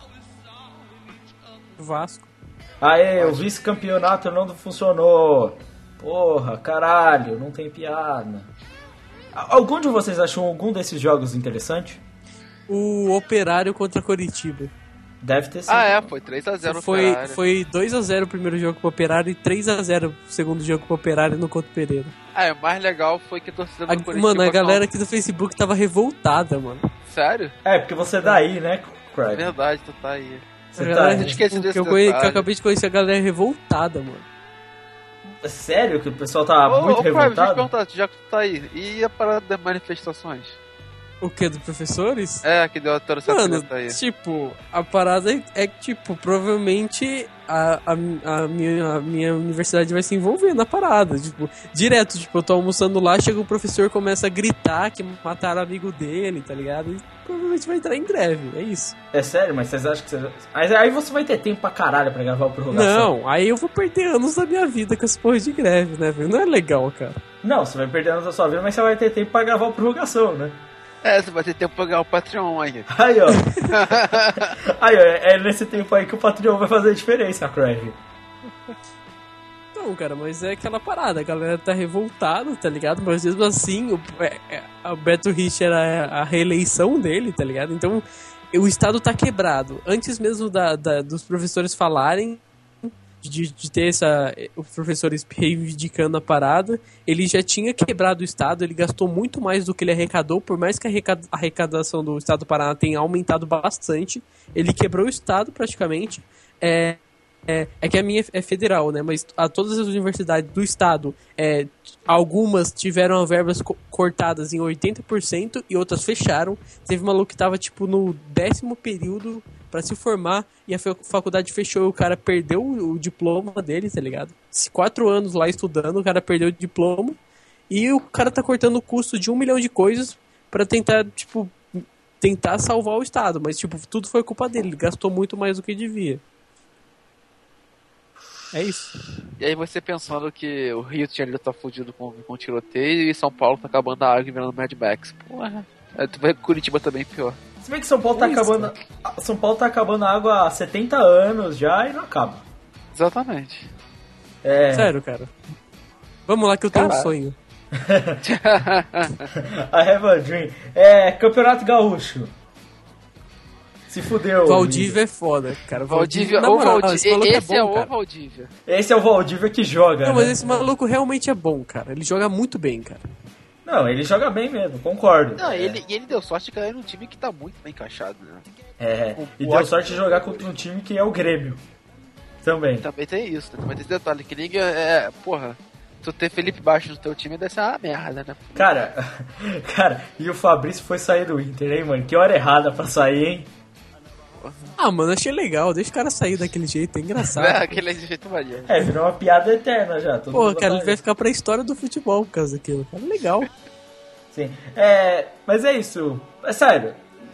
Vasco. Aê, o vice-campeonato não funcionou. Porra, caralho, não tem piada. Algum de vocês achou algum desses jogos interessante? O Operário contra Coritiba. Deve ter sido. Ah, é, foi 3x0 Foi 2x0 o primeiro jogo pro Operário e 3x0 o segundo jogo pro Operário no Couto Pereira. Ah, o mais legal foi que a torcida do Coritiba... Mano, a galera aqui do Facebook tava revoltada, mano. Sério? É, porque você é daí, né, Craig? Verdade, tu tá aí. Você A tá galera, aí. Esqueci tipo, desse que eu detalhe. acabei de conhecer a galera revoltada, mano. É sério que o pessoal tá muito Prime, deixa eu te revoltado? perguntar, já que tu tá aí, e a parada das manifestações? O que, dos professores? É, que deu a torcida Mano, tá aí. tipo, a parada é que, tipo, provavelmente a minha universidade vai se envolver na parada. Tipo, direto, tipo, eu tô almoçando lá, chega o professor e começa a gritar que mataram amigo dele, tá ligado? E provavelmente vai entrar em greve, é isso. É sério, mas vocês acham que você... Mas aí você vai ter tempo pra caralho pra gravar o Prorrogação. Não, aí eu vou perder anos da minha vida com essa porra de greve, né, velho? Não é legal, cara. Não, você vai perder anos da sua vida, mas você vai ter tempo pra gravar o Prorrogação, né? É, você vai ter tempo pra pagar o Patreon aí. Aí, ó. Aí, ó, é nesse tempo aí que o Patreon vai fazer a diferença, Craig. Não, cara, mas é aquela parada, a galera tá revoltada, tá ligado? Mas mesmo assim, o Beto Rich era a reeleição dele, tá ligado? Então, o Estado tá quebrado. Antes mesmo dos professores falarem, de ter os professores reivindicando a parada, ele já tinha quebrado o Estado, ele gastou muito mais do que ele arrecadou, por mais que a arrecadação do Estado do Paraná tenha aumentado bastante, ele quebrou o Estado praticamente. É que a minha é federal, né? Mas todas as universidades do estado, algumas tiveram verbas cortadas em 80% e outras fecharam. Teve uma maluco que tava tipo no 10º período pra se formar e a faculdade fechou e o cara perdeu o diploma dele, tá ligado? 4 anos lá estudando, o cara perdeu o diploma e o cara tá cortando o custo de 1 milhão de coisas pra tentar, tipo, salvar o estado. Mas, tipo, tudo foi culpa dele, ele gastou muito mais do que devia. É isso. E aí você pensando que o Rio de Janeiro tá fudido com tiroteio e São Paulo tá acabando a água e virando Mad Max. Porra. Aí tu vai Curitiba também pior. Se bem que São Paulo tá acabando... São Paulo tá acabando a água há 70 anos já e não acaba. Exatamente. Sério, cara. Vamos lá que eu tenho um Caralho. sonho. I have a dream. Campeonato Gaúcho. Se fudeu. Valdívia é foda, cara. Valdívia, na ou moral, Valdívia. esse maluco Esse é bom, o cara. Valdívia. Esse é o Valdívia que joga, Não, mas né? esse maluco realmente é bom, cara. Ele joga muito bem, cara. Não, ele joga bem mesmo, concordo. Não, ele deu sorte de cair num time que tá muito bem encaixado, né? E deu sorte de jogar contra um time que é o Grêmio. Também. Também tem isso, né? Também tem esse detalhe, que liga porra, tu ter Felipe Baixo no teu time deve ser uma merda, né? Cara, e o Fabrício foi sair do Inter, hein, mano? Que hora errada pra sair, hein? Ah, mano, achei legal. Deixa o cara sair daquele jeito, é engraçado. Aquele jeito maneiro. Virou uma piada eterna já. Todo Pô, mundo cara, ele fala vai isso. ficar pra história do futebol por causa daquilo. Cara, legal. Sim. Mas é isso. É sério.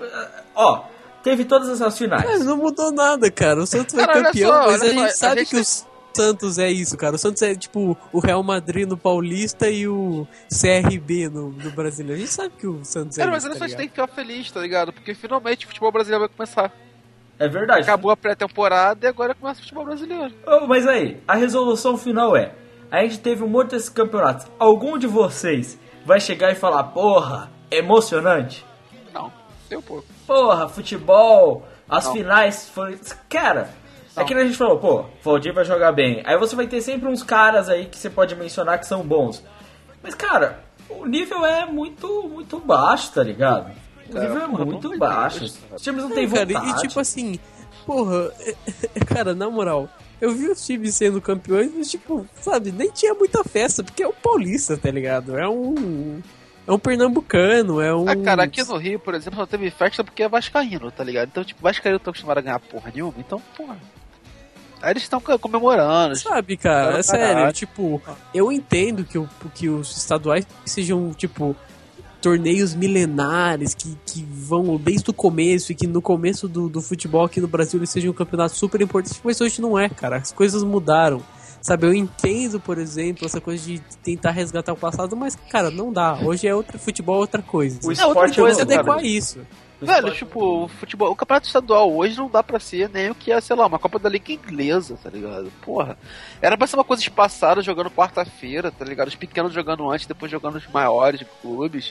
Ó, teve todas essas finais. Cara, não mudou nada, cara. O Santos vai Cara, olha campeão, só, mas olha a só, gente a sabe gente que o Santos é isso, cara. O Santos é tipo o Real Madrid no Paulista e o CRB no Brasileiro. A gente sabe que o Santos é Cara, isso, mas tá a gente ligado? tem que ficar feliz, tá ligado? Porque finalmente o futebol brasileiro vai começar. É verdade. Acabou a pré-temporada e agora começa o futebol brasileiro. Mas aí, a resolução final a gente teve um monte desses campeonatos. Algum de vocês vai chegar e falar, porra, emocionante? Não, deu pouco. Porra, futebol, as Não. finais foi... Cara, Não. é que a gente falou, pô, Valdir vai jogar bem. Aí você vai ter sempre uns caras aí que você pode mencionar que são bons. Mas, cara, o nível é muito, muito baixo, tá ligado? O nível é muito baixo. Os times não têm Cara, vontade. e tipo assim, porra, cara, na moral, eu vi os times sendo campeões, mas tipo, sabe, nem tinha muita festa, porque é um paulista, tá ligado? É um pernambucano, é um... Cara, aqui no Rio, por exemplo, só teve festa porque é vascaíno, tá ligado? Então, tipo, vascaíno estão acostumados a ganhar porra nenhuma, então, porra... Aí eles estão comemorando. Sabe, cara, Cara, é sério, caralho. tipo, eu entendo que os estaduais sejam, tipo, torneios milenares que vão desde o começo e que no começo do futebol aqui no Brasil eles sejam um campeonato super importante, mas hoje não é, cara, as coisas mudaram. Sabe, eu entendo, por exemplo, essa coisa de tentar resgatar o passado, mas, cara, não dá. Hoje é outro futebol, outra coisa. O Outra esporte coisa é mudou, adequar cara. isso. Velho, tipo, o futebol, o campeonato estadual hoje não dá pra ser nem o que é, sei lá, uma Copa da Liga Inglesa, tá ligado? Porra. Era pra ser uma coisa espaçada jogando quarta-feira, tá ligado? Os pequenos jogando antes, depois jogando os maiores clubes.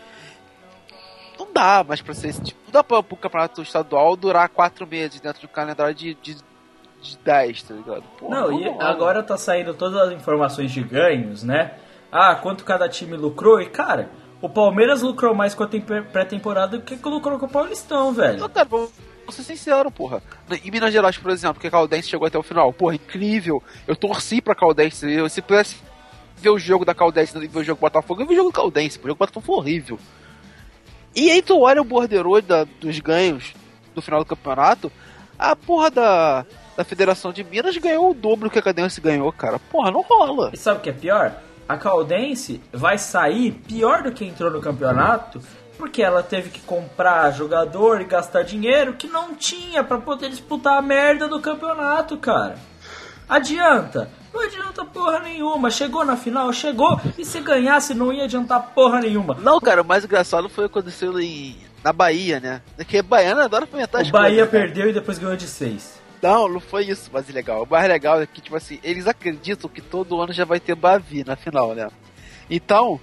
Não dá mais pra ser esse tipo. Não dá pro campeonato estadual durar 4 meses dentro de um calendário de 10, tá ligado? Porra, Não, e agora tá saindo todas as informações de ganhos, né? Ah, quanto cada time lucrou. E, cara, o Palmeiras lucrou mais com a pré-temporada do que lucrou com o Paulistão, velho. Não, cara, vou ser sincero, porra. Em Minas Gerais, por exemplo, que a Caldense chegou até o final. Porra, incrível. Eu torci pra Caldense. Se pudesse ver o jogo da Caldense e ver o jogo do Botafogo, eu vi o jogo do Caldense. O jogo do Botafogo foi horrível. E aí tu olha o borderô dos ganhos do final do campeonato, a porra da Federação de Minas ganhou o dobro que a Caldense ganhou, cara. Porra, não rola. E sabe o que é pior? A Caldense vai sair pior do que entrou no campeonato, porque ela teve que comprar jogador e gastar dinheiro que não tinha pra poder disputar a merda do campeonato, cara. Adianta? Não adianta porra nenhuma. Chegou na final, chegou, e se ganhasse não ia adiantar porra nenhuma. Não, cara, o mais engraçado foi o que aconteceu na Bahia, né? Porque Baiana adora fomentar as O Bahia coisas, né? perdeu e depois ganhou de 6. Não foi isso, mas legal. O mais legal é que, tipo assim, eles acreditam que todo ano já vai ter Bavi na final, né? Então,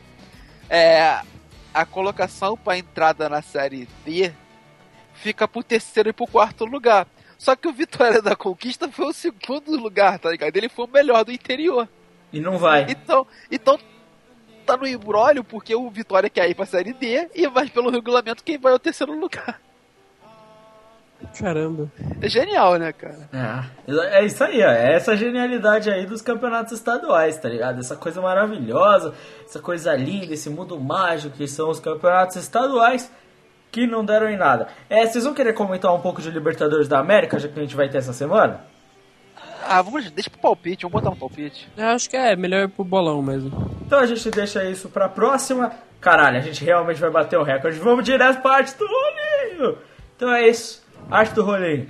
a colocação pra entrada na Série D fica pro terceiro e pro quarto lugar. Só que o Vitória da Conquista foi o segundo lugar, tá ligado? Ele foi o melhor do interior. E não vai. Então tá no imbróglio porque o Vitória quer ir pra Série D e vai pelo regulamento quem vai ao terceiro lugar. Caramba. É genial, né, cara? É isso aí, ó. É essa genialidade aí dos campeonatos estaduais, tá ligado? Essa coisa maravilhosa, essa coisa linda, esse mundo mágico que são os campeonatos estaduais que não deram em nada. Vocês vão querer comentar um pouco de Libertadores da América, já que a gente vai ter essa semana? Deixa pro palpite, vamos botar um palpite. Eu acho que é melhor ir pro bolão mesmo. Então a gente deixa isso pra próxima. Caralho, a gente realmente vai bater o recorde. Vamos direto pra arte do rolinho. Então é isso. Arte do rolinho.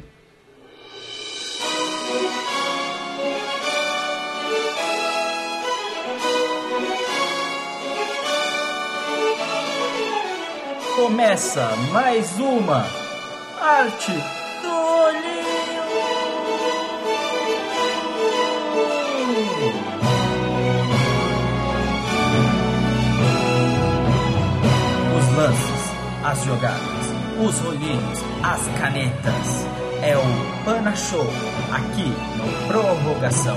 Começa mais uma Arte do Rolinho. Os lances, as jogadas, os rolinhos, as canetas. É o Pana Show, aqui no Prorrogação.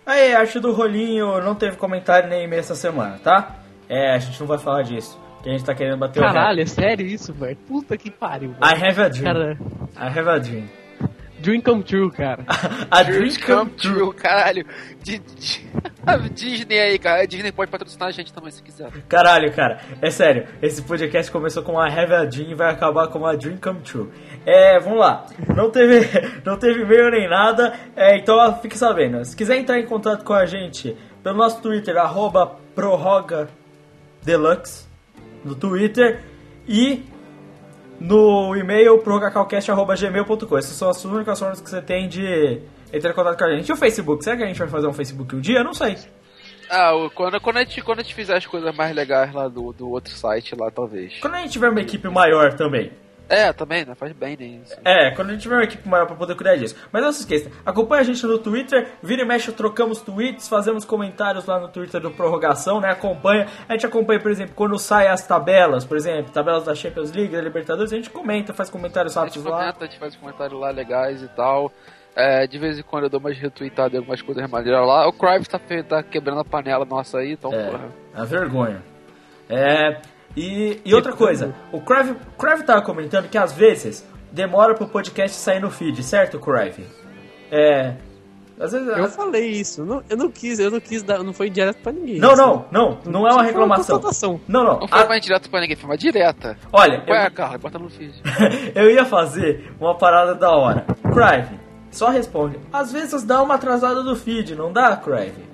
Aí, arte do rolinho, não teve comentário nem e-mail essa semana, tá? A gente não vai falar disso, que a gente tá querendo bater o Caralho, é sério isso, velho? Puta que pariu. I have a dream. Cara, I have a dream. dream come true, cara. A dream come true. Caralho. Disney aí, cara. A Disney pode patrocinar a gente também, se quiser. Caralho, cara, é sério, esse podcast começou com a Have a Dream e vai acabar com a Dream Come True. Vamos lá, não teve e-mail nem nada, então fique sabendo, se quiser entrar em contato com a gente pelo nosso Twitter, @prorrogadeluxe, no Twitter, e no e-mail prorrogacalcast@gmail.com. Essas são as únicas formas que você tem de entrar em contato com a gente. E o Facebook, será que a gente vai fazer um Facebook um dia? Eu não sei. Quando a gente fizer as coisas mais legais lá do outro site lá, talvez. Quando a gente tiver uma equipe maior também. Também, né? Faz bem nisso. Quando a gente tiver uma equipe maior pra poder cuidar disso. Mas não se esqueça, acompanha a gente no Twitter, vira e mexe, trocamos tweets, fazemos comentários lá no Twitter do Prorrogação, né? A gente acompanha, por exemplo, quando saem as tabelas, por exemplo, tabelas da Champions League, da Libertadores, a gente comenta, faz comentários rápidos lá. A gente faz comentários lá legais e tal. De vez em quando eu dou umas retweetadas e algumas coisas maneiras lá. O Crive tá quebrando a panela nossa aí, então porra. A vergonha. E outra coisa, o Crive tava comentando que às vezes demora pro podcast sair no feed, certo, Crive? Às vezes, eu falei isso, eu não quis dar, não foi direto pra ninguém. Não é uma reclamação. Não foi mais direto pra ninguém, foi uma direta. Olha, Carla, bota no feed. Eu ia fazer uma parada da hora. Crive, só responde. Às vezes dá uma atrasada do feed, não dá, Crive?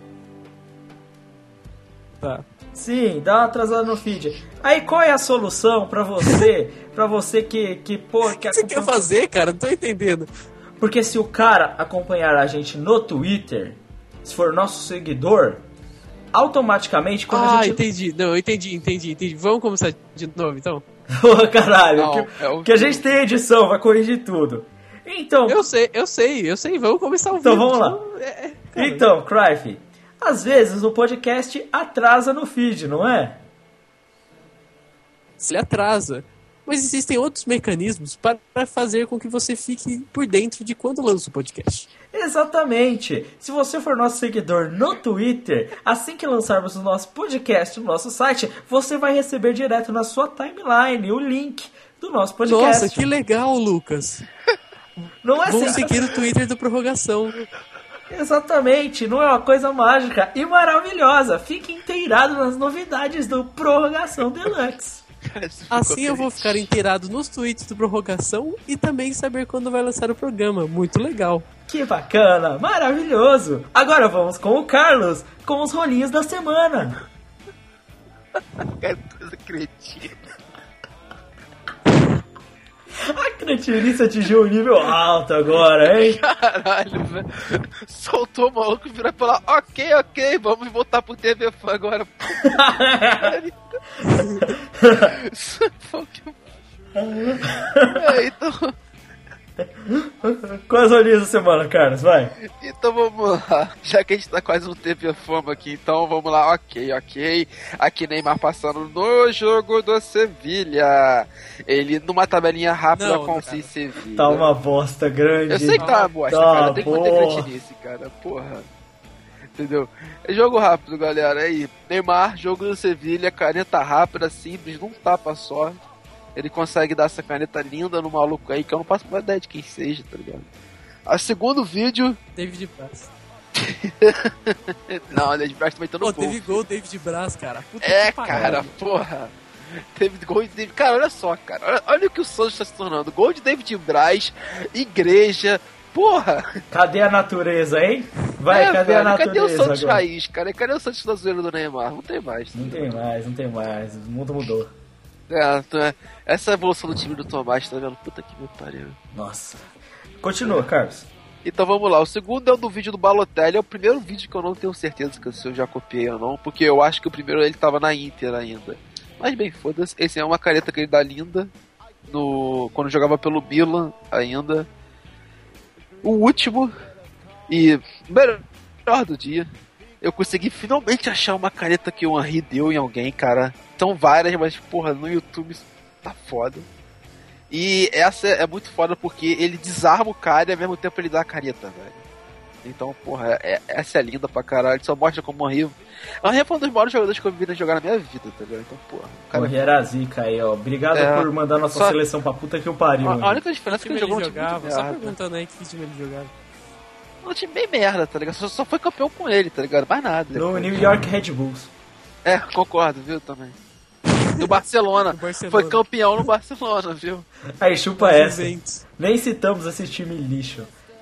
Tá. Sim, dá uma atrasada no feed. Aí qual é a solução pra você? Pra você que O que você quer fazer, cara? Não tô entendendo. Porque se o cara acompanhar a gente no Twitter, se for nosso seguidor, automaticamente quando a gente... entendi. Não, eu entendi. Vamos começar de novo, então? Caralho, que a gente tem edição, vai corrigir tudo. Então... Eu sei, vamos começar o vídeo. Então vamos lá. Então, Crive, às vezes o podcast atrasa no feed, não é? Se ele atrasa. Mas existem outros mecanismos para fazer com que você fique por dentro de quando lança o podcast. Exatamente. Se você for nosso seguidor no Twitter, assim que lançarmos o nosso podcast no nosso site, você vai receber direto na sua timeline o link do nosso podcast. Nossa, que legal, Lucas. Não é Vamos seguir o Twitter do Prorrogação. Exatamente, não é uma coisa mágica e maravilhosa. Fique inteirado nas novidades do Prorrogação Deluxe. Assim eu vou ficar inteirado nos tweets do Prorrogação e também saber quando vai lançar o programa. Muito legal. Que bacana, maravilhoso. Agora vamos com o Carlos, com os rolinhos da semana. Que coisa cretina. A cretinice atingiu um nível alto agora, hein? Caralho, velho. Soltou o maluco e virou pra lá. Ok, vamos voltar pro TV Fã agora. Então... Quais rolinhas da semana, Carlos? Vai. Então vamos lá. Já que a gente tá quase no TV Fama aqui, então vamos lá. Ok. Aqui Neymar passando no jogo do Sevilha. Ele numa tabelinha rápida com o Sevilha. Tá uma bosta grande. Eu sei que tá uma bosta, cara. Tem muita cretinice, cara. Porra. Entendeu? É jogo rápido, galera. Aí, Neymar, jogo do Sevilha, caneta rápida, simples, num tapa só. Ele consegue dar essa caneta linda no maluco aí, que eu não passo uma ideia de quem seja, tá ligado? A segundo vídeo... David Braz. Não, David Braz também tá no gol. Teve gol David Braz, cara. Puta cara, porra. Teve gol de David... Cara, olha só, cara. Olha o que o Santos tá se tornando. Gol de David Braz, igreja... Porra! Cadê a natureza, hein? Cadê a natureza? Cadê o Santos agora? Raiz, cara? Cadê o Santos da zoeira do Neymar? Não tem mais. Não tem mais. O mundo mudou. Essa é a evolução do time do Tomás, tá vendo? Puta que me pariu. Nossa. Continua, Carlos. Então vamos lá. O segundo é o do vídeo do Balotelli. É o primeiro vídeo que eu não tenho certeza se eu já copiei ou não, porque eu acho que o primeiro ele tava na Inter ainda. Mas bem, foda-se. Esse é uma careta que ele dá linda quando jogava pelo Milan ainda. O último e melhor do dia, eu consegui finalmente achar uma caneta que o Henry deu em alguém, cara. São várias, mas porra, no YouTube tá foda. E essa é muito foda porque ele desarma o cara e ao mesmo tempo ele dá a caneta, velho. Então, porra, essa é linda pra caralho. Só mostra como o Henry... O Henry foi um dos maiores jogadores que eu vi jogar na minha vida, tá ligado? Então, porra... O Henry era zica aí, ó. Obrigado por mandar nossa seleção pra puta que o pariu. A única diferença é que ele jogou um time jogava, só perguntando aí que time ele jogava. Um time bem merda, tá ligado? Só foi campeão com ele, tá ligado? Mais nada. No New York Red Bulls. Concordo, viu, também. Do Barcelona. Foi campeão no Barcelona, viu? Aí, chupa essa. Nem citamos esse time lixo.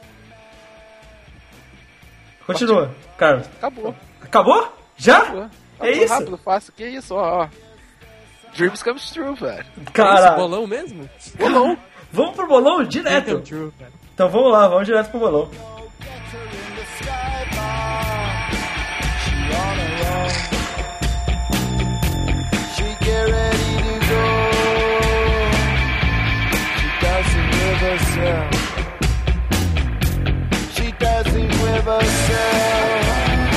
Continua, Carlos. Acabou? Já? Acabou. É isso? Rápido, fácil. Que isso, ó. Dreams comes true, velho. Cara, bolão mesmo? Bolão. Vamos pro bolão direto. Então vamos lá, vamos direto pro bolão. She dancing with herself.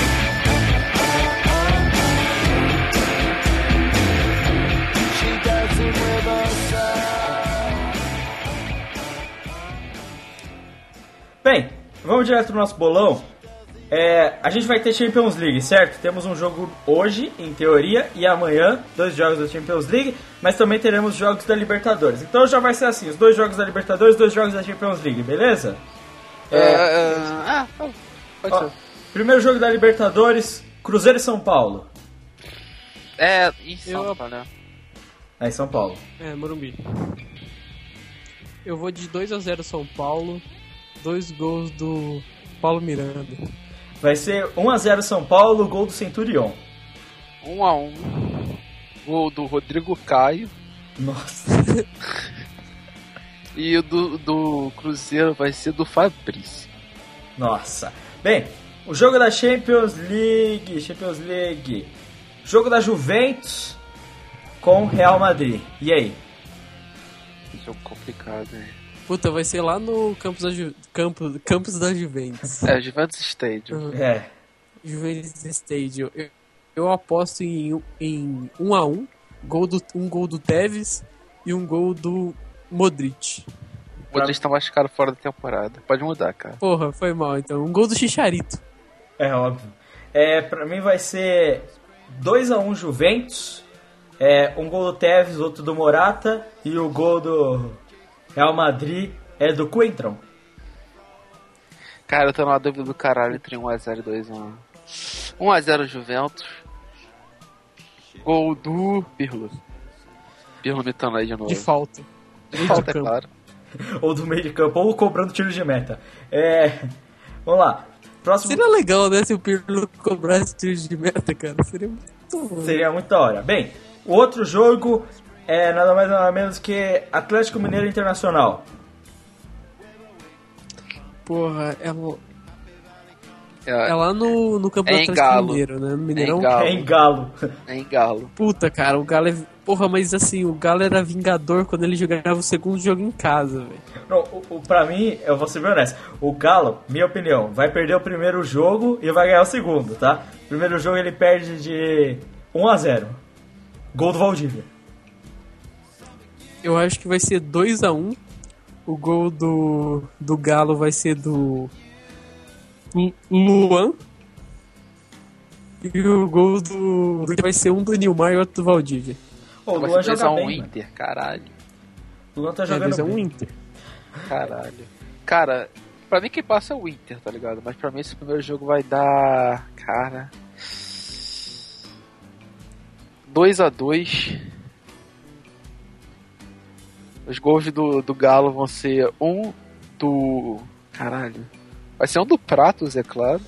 She dancing with herself. Bem, vamos direto pro nosso bolão. A gente vai ter Champions League, certo? Temos um jogo hoje, em teoria, e amanhã, 2 jogos da Champions League, mas também teremos jogos da Libertadores. Então já vai ser assim, os 2 jogos da Libertadores, 2 jogos da Champions League, beleza? Pode ser. Primeiro jogo da Libertadores, Cruzeiro e São Paulo. Em São Paulo, né? Em São Paulo. Morumbi. Eu vou de 2-0 São Paulo, 2 gols do Paulo Miranda. Vai ser 1-0 São Paulo, gol do Centurion. 1-1. Gol do Rodrigo Caio. Nossa. E o do Cruzeiro vai ser do Fabrício. Nossa. Bem, o jogo da Champions League. Jogo da Juventus com Real Madrid. E aí? Jogo complicado, hein? Puta, vai ser lá no campus da Juventus. Juventus Stadium. Juventus Stadium. Eu aposto em 1-1, um gol do Tevez e um gol do Modric. O Modric tá machucado fora da temporada. Pode mudar, cara. Porra, foi mal então. Um gol do Chicharito. É óbvio. Pra mim vai ser 2-1 Juventus. Um gol do Tevez, outro do Morata. E o gol do Real Madrid é do Coentrão. Cara, eu tô numa dúvida do caralho entre 1-0 e 2-1. 1-0 Juventus. Gol do Pirlo. Pirlo metendo aí de novo. De falta. De falta, é claro. Ou do meio de campo, ou cobrando tiro de meta. Vamos lá. Próximo... Seria legal, né, se o Pirlo cobrasse tiro de meta, cara. Seria muito bom. Seria muito da hora. Bem, o outro jogo é nada mais nada menos que Atlético Mineiro Internacional. Porra, é lá no campo do Atlético Galo. Mineiro, né? No Mineirão. É em Galo. É em Galo. Puta, cara, o Galo é... Porra, mas assim, o Galo era vingador quando ele jogava o segundo jogo em casa, velho. Pra mim, eu vou ser bem honesto, o Galo, minha opinião, vai perder o primeiro jogo e vai ganhar o segundo, tá? Primeiro jogo ele perde de 1-0. Gol do Valdívia. Eu acho que vai ser 2-1. O gol do Galo vai ser do Luan. E o gol do vai ser um do Nilmar e outro do Valdívia. O Luan joga bem, Inter, mano. caralho. O Luan tá jogando bem. Inter. Caralho. Cara, pra mim quem passa é o Inter, tá ligado? Mas pra mim esse primeiro jogo vai dar... Cara... 2-2. Os gols do Galo vão ser um do... Caralho. Vai ser um do Pratos, é claro.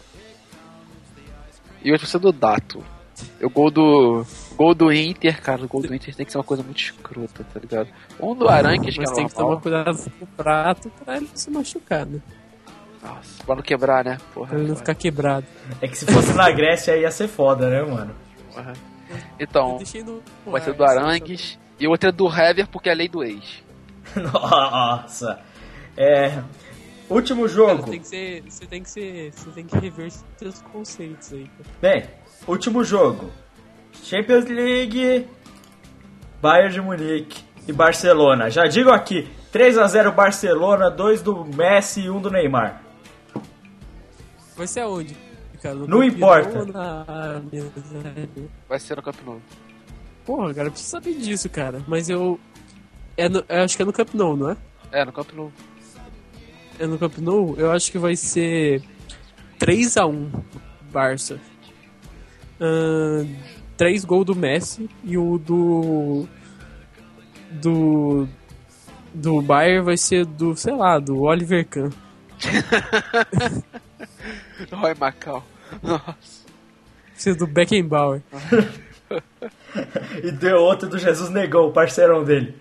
E outro vai ser do Dato. O gol do Inter, cara. O gol do Inter tem que ser uma coisa muito escrota, tá ligado? Um do Aranques, que é Mas tem que normal. tomar cuidado com o Prato pra ele não se machucar, né? Nossa, pra não quebrar, né? Porra, Pra ele não ficar quebrado. É que se fosse na Grécia ia ser foda, né, mano? Porra. Então, Eu deixei no vai ser ar, do Arangues. E o outro é do Hever, porque é a lei do ex. Nossa. Último Cara, jogo. você tem que rever seus conceitos aí, cara. Bem, último jogo. Champions League, Bayern de Munique e Barcelona. Já digo aqui, 3-0 Barcelona, 2 do Messi e 1 do Neymar. Vai ser aonde? Cara, Não Camp Nou importa. ou na... Vai ser no Camp Nou. Porra, cara, eu preciso saber disso, cara. Mas eu acho que é no Camp Nou, não é? É, no Camp Nou. É no Camp Nou? Eu acho que vai ser 3-1 Barça. 3 gols do Messi e o do Bayern vai ser do, sei lá, do Oliver Kahn. Roy Macau. Nossa. Vai ser do Beckenbauer. E deu outro do Jesus Negão, o parceirão dele.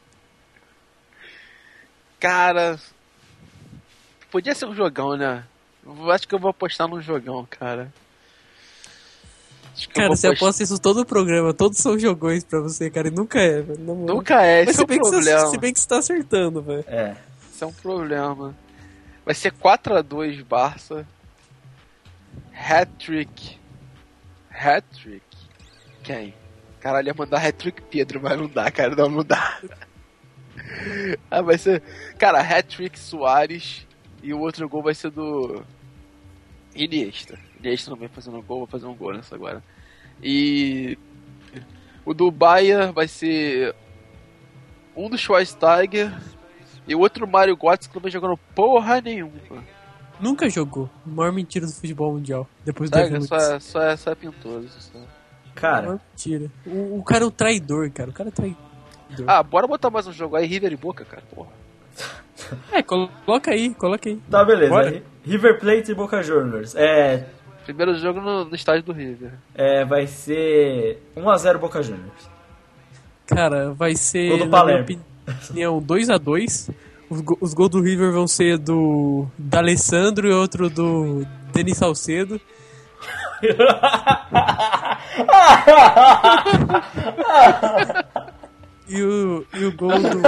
Cara, podia ser um jogão, né? Eu acho que eu vou apostar num jogão, cara. Acho que eu Cara, vou você aposta isso todo o programa, todos são jogões pra você, cara, e nunca é, velho. Nunca é, Mas esse é um problema. se bem que você tá acertando, velho. É. Isso é um problema. Vai ser 4-2 Barça. Hat-trick. Hat-trick? Quem? Caralho, ia mandar hat-trick Pedro, mas não dá, cara, não dá. Ah, vai ser... Cara, hat-trick Suárez e o outro gol vai ser do... Iniesta. Iniesta não vem fazendo gol, vou fazer um gol nessa agora. E... O do Bayern vai ser... Um do Schweinsteiger e o outro Mário Götze que não vem jogando porra nenhuma. Nunca jogou. Maior mentira do futebol mundial. Depois do Sabe, David só é pintoso. Só. Cara, Maior mentira. O cara é um traidor, cara. O cara é traidor. Ah, bora botar mais um jogo aí, River e Boca, cara, porra. Coloca aí. tá beleza. Bora. River Plate e Boca Juniors. Primeiro jogo no estádio do River. Vai ser 1-0 Boca Juniors. Cara, vai ser, Gol do na minha Palermo. opinião, 2-2. Os gols do River vão ser do D'Alessandro e outro do Denis Salcedo. E o gol do...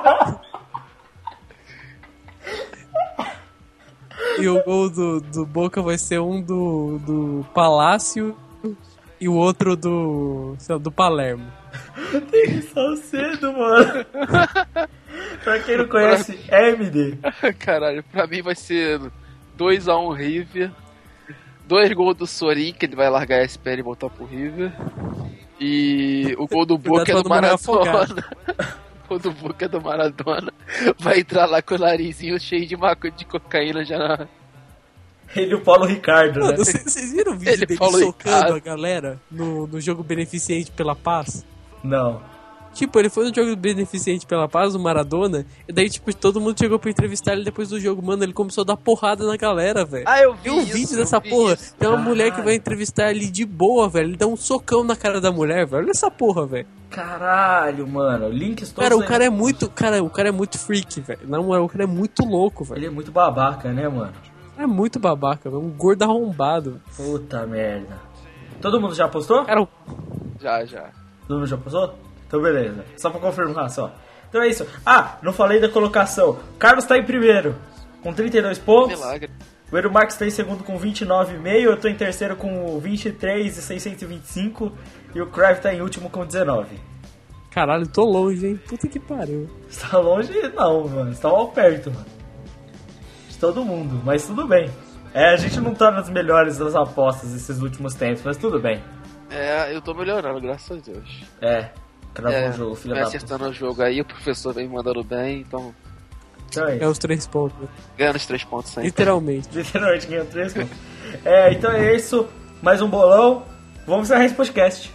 E o gol do Boca vai ser um do Palácio e o outro do Palermo. Salcedo, mano. Pra quem não conhece, é MD. Caralho, pra mim vai ser 2-1 River. 2 gols do Sorin, que ele vai largar a SPL e voltar pro River. E o gol do Boca é do Maradona. O gol do Boca é do Maradona. Vai entrar lá com o narizinho cheio de cocaína já na... Ele e o Paulo Ricardo, né? Mano, vocês viram o vídeo Ele dele falou socando Ricardo. a galera no jogo beneficente pela paz? Não. Tipo, ele foi no jogo beneficente pela paz, o Maradona, e daí, tipo, todo mundo chegou pra entrevistar ele depois do jogo. Mano, ele começou a dar porrada na galera, velho. Ah, eu vi Tem um isso, vídeo eu dessa vi porra. isso. Tem uma mulher que vai entrevistar ele de boa, velho. Ele dá um socão na cara da mulher, velho. Olha essa porra, velho. Caralho, mano. Links todos. Cara, o aí. cara é muito. Cara, o cara é muito freak, velho. Na moral, o cara é muito louco, velho. Ele é muito babaca, né, mano? É muito babaca, velho. Um gordo arrombado. Puta merda. Todo mundo já apostou? Cara, Já. Todo mundo já apostou? Então beleza. Só pra confirmar, só. Então é isso. Ah, não falei da colocação. Carlos tá em primeiro, com 32 pontos. Milagre. O Eero Marques tá em segundo com 29,5. Eu tô em terceiro com 23,625. E o Crave tá em último com 19. caralho, tô longe, hein? Puta que pariu. Você tá longe? Não, mano. Você tá mal perto, mano. De todo mundo, mas tudo bem. A gente não tá nas melhores das apostas esses últimos tempos, mas tudo bem. Eu tô melhorando, graças a Deus. Cravou o jogo, filha vai da acertando o jogo aí, o professor vem mandando bem, então Então é É isso. os 3 pontos. ganhando os 3 pontos sempre. Literalmente. Literalmente ganhou 3 pontos. Então é isso. Mais um bolão. Vamos encerrar esse podcast.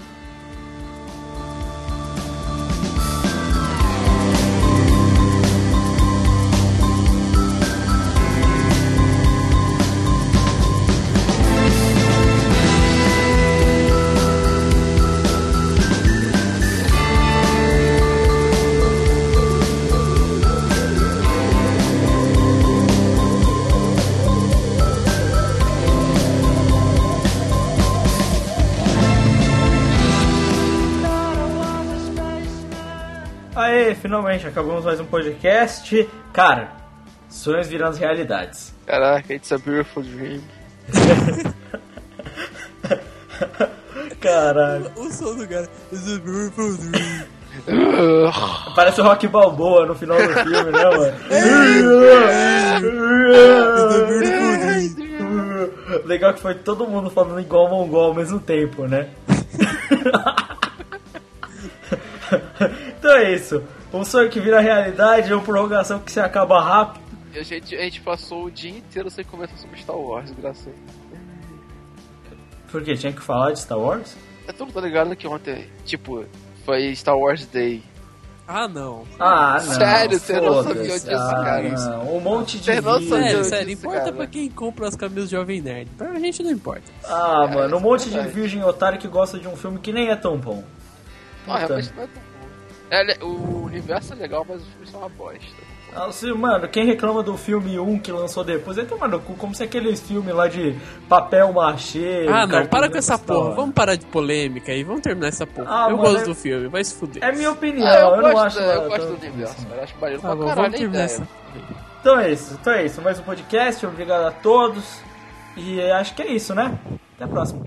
Aê, finalmente acabamos mais um podcast. Cara, sonhos virando realidades. Caraca, it's a beautiful dream. Caralho. O som do cara. It's a beautiful dream. Parece o Rock Balboa no final do filme, né, mano? Legal que foi todo mundo falando igual mongol ao mesmo tempo, né? Então é isso. Um sonho que vira realidade, uma prorrogação que se acaba rápido. A gente passou o dia inteiro sem conversar sobre Star Wars, graças. Por quê? Tinha que falar de Star Wars? Tu não tá ligado que ontem, tipo, foi Star Wars Day. Ah, não. Ah, não. Sério, você não sabia foda-se. disso, cara. Não. Um monte de Você não vídeo. sabia. Sério, disso, sério, importa cara. pra quem compra as camisas Jovem Nerd. Pra gente não importa. Ah, mano, um monte de verdade. virgem otário que gosta de um filme que nem é tão bom. Não, realmente não é tão bom. O universo é legal, mas os filmes são uma bosta. Mano, quem reclama do filme 1 que lançou depois, aí toma no cu, como se aqueles filmes lá de papel machê. Ah, não, para cartão com essa postal. porra. Vamos parar de polêmica aí. Vamos terminar essa porra. Ah, eu mano, gosto do filme, vai se fuder. É minha opinião, Eu não gosto, acho. eu lá gosto tão- do universo, eu acho maneiro Tá pra bom, caralho vamos a terminar ideia. essa. Então é isso. Mais um podcast, obrigado a todos. E acho que é isso, né? Até a próxima.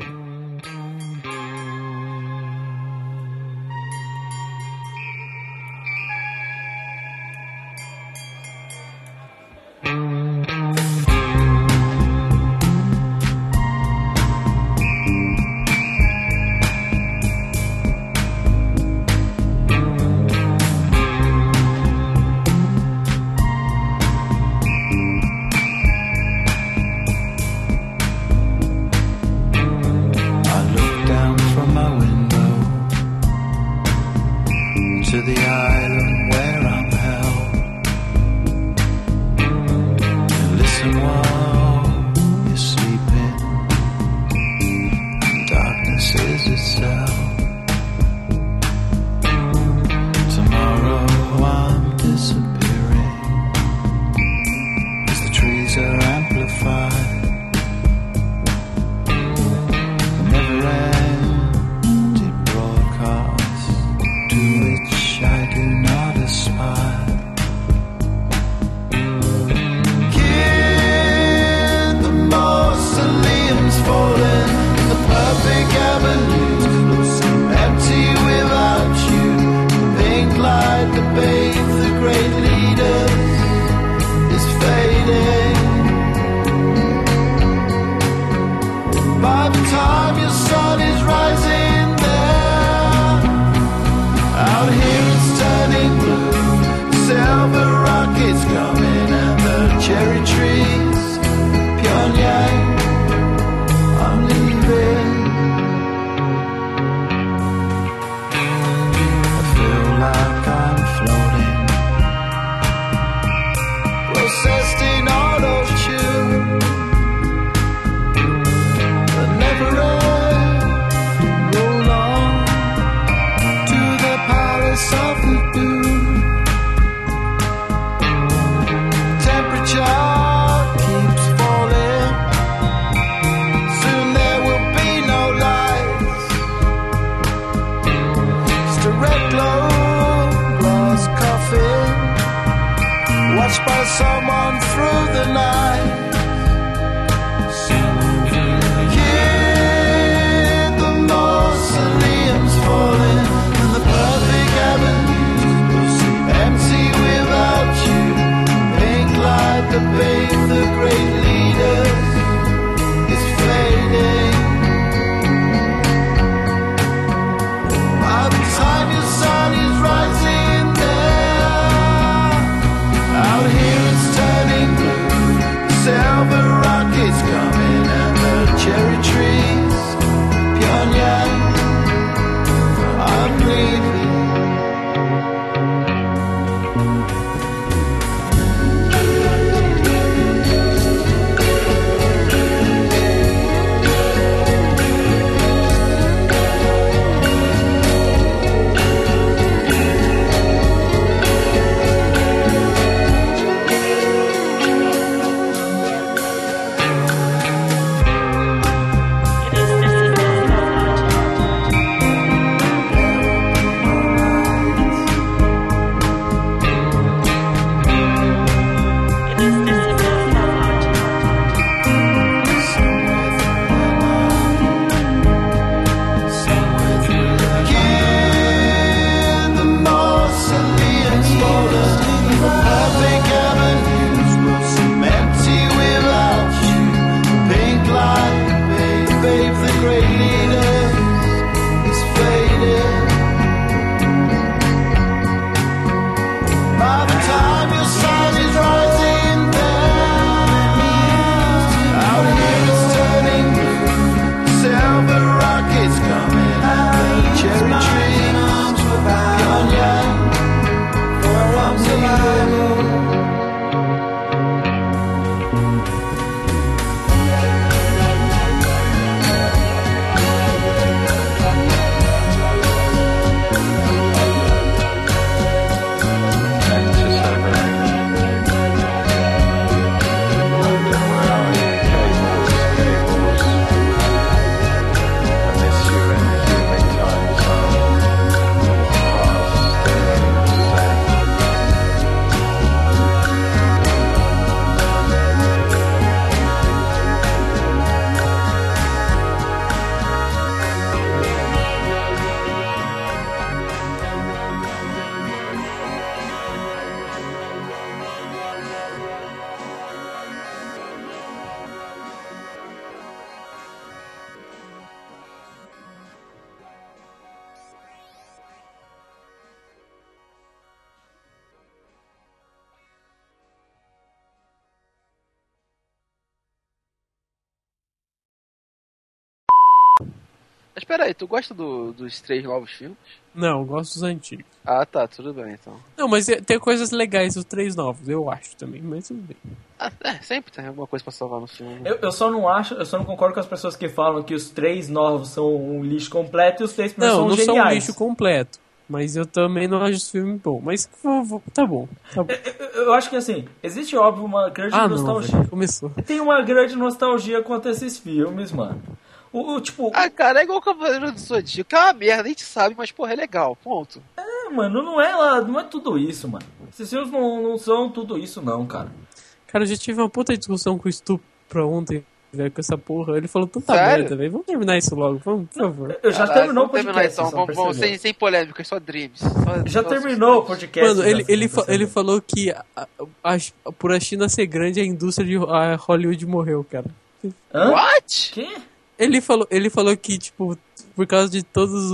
Mas peraí, tu gosta dos 3 novos filmes? Não, eu gosto dos antigos. Ah, tá, tudo bem, então. Não, mas tem coisas legais dos 3 novos, eu acho também, mas tudo bem. Ah, sempre tem alguma coisa pra salvar no filme. Eu só não concordo com as pessoas que falam que os 3 novos são um lixo completo e os 3 primeiros Não, são não geniais. são um lixo completo, mas eu também não acho esse filme bom. Mas tá bom. Eu acho que assim, existe óbvio uma grande Não, nostalgia. velho, começou. Tem uma grande nostalgia quanto a esses filmes, mano. Tipo, Ah, cara, é igual o Cavaleiro do Zodíaco, que é uma merda, a gente sabe, mas porra, é legal, ponto. mano, não é tudo isso, mano. Esses filmes não são tudo isso, não, cara. Cara, eu já tive uma puta discussão com o Estupro ontem, velho, com essa porra. Ele falou tanta Sério? merda, velho. Vamos terminar isso logo, vamos, por favor. Eu já terminou o podcast, então, só vamos percebeu. sem polêmicas, só dreams. Já terminou o podcast. Mano, já, ele falou que por a China ser grande, a indústria de Hollywood morreu, cara. Hã? What? Que? Ele falou que, tipo, por causa de todos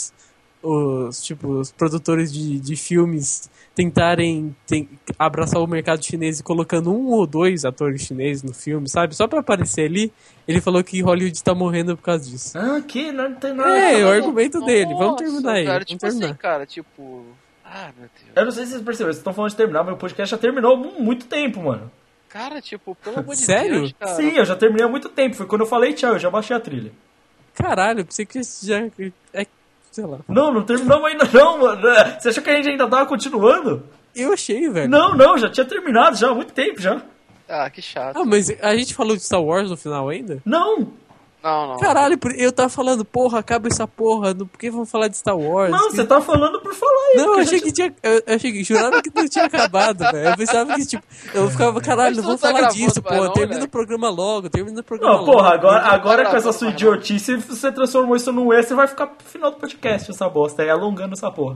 os produtores de filmes tentarem abraçar o mercado chinês e colocando 1 ou 2 atores chineses no filme, sabe? Só pra aparecer ali, ele falou que Hollywood tá morrendo por causa disso. Ah, que? Não tem nada. É o argumento dele. Vamos Nossa, terminar aí. Cara, Vamos tipo terminar. assim, cara, tipo... Ah, meu Deus. Eu não sei se vocês perceberam, vocês estão falando de terminar, meu podcast já terminou há muito tempo, mano. Cara, tipo, pelo amor de Sério? Deus, cara. Sim, eu já terminei há muito tempo. Foi quando eu falei tchau, eu já baixei a trilha. Caralho, eu pensei que já... sei lá. Não terminamos ainda não, mano. Você achou que a gente ainda tava continuando? Eu achei, velho. Não, já tinha terminado já há muito tempo já. Ah, que chato. Ah, mas a gente falou de Star Wars no final ainda? Não, Não. Caralho, eu tava falando, porra, acaba essa porra, por que vamos falar de Star Wars? você tá falando por falar aí. Não, eu porque achei já que tinha. Eu achei que jurava que não tinha acabado, velho. Eu pensava que, tipo, eu ficava, caralho, Mas não tu vamos tá falar gravando, disso, vai, pô. não, Termina moleque. o programa logo, termina o programa Não, porra, logo. agora Não, com essa não, sua não. idiotice, você transformou isso num extra, vai ficar pro final do podcast essa bosta aí, alongando essa porra.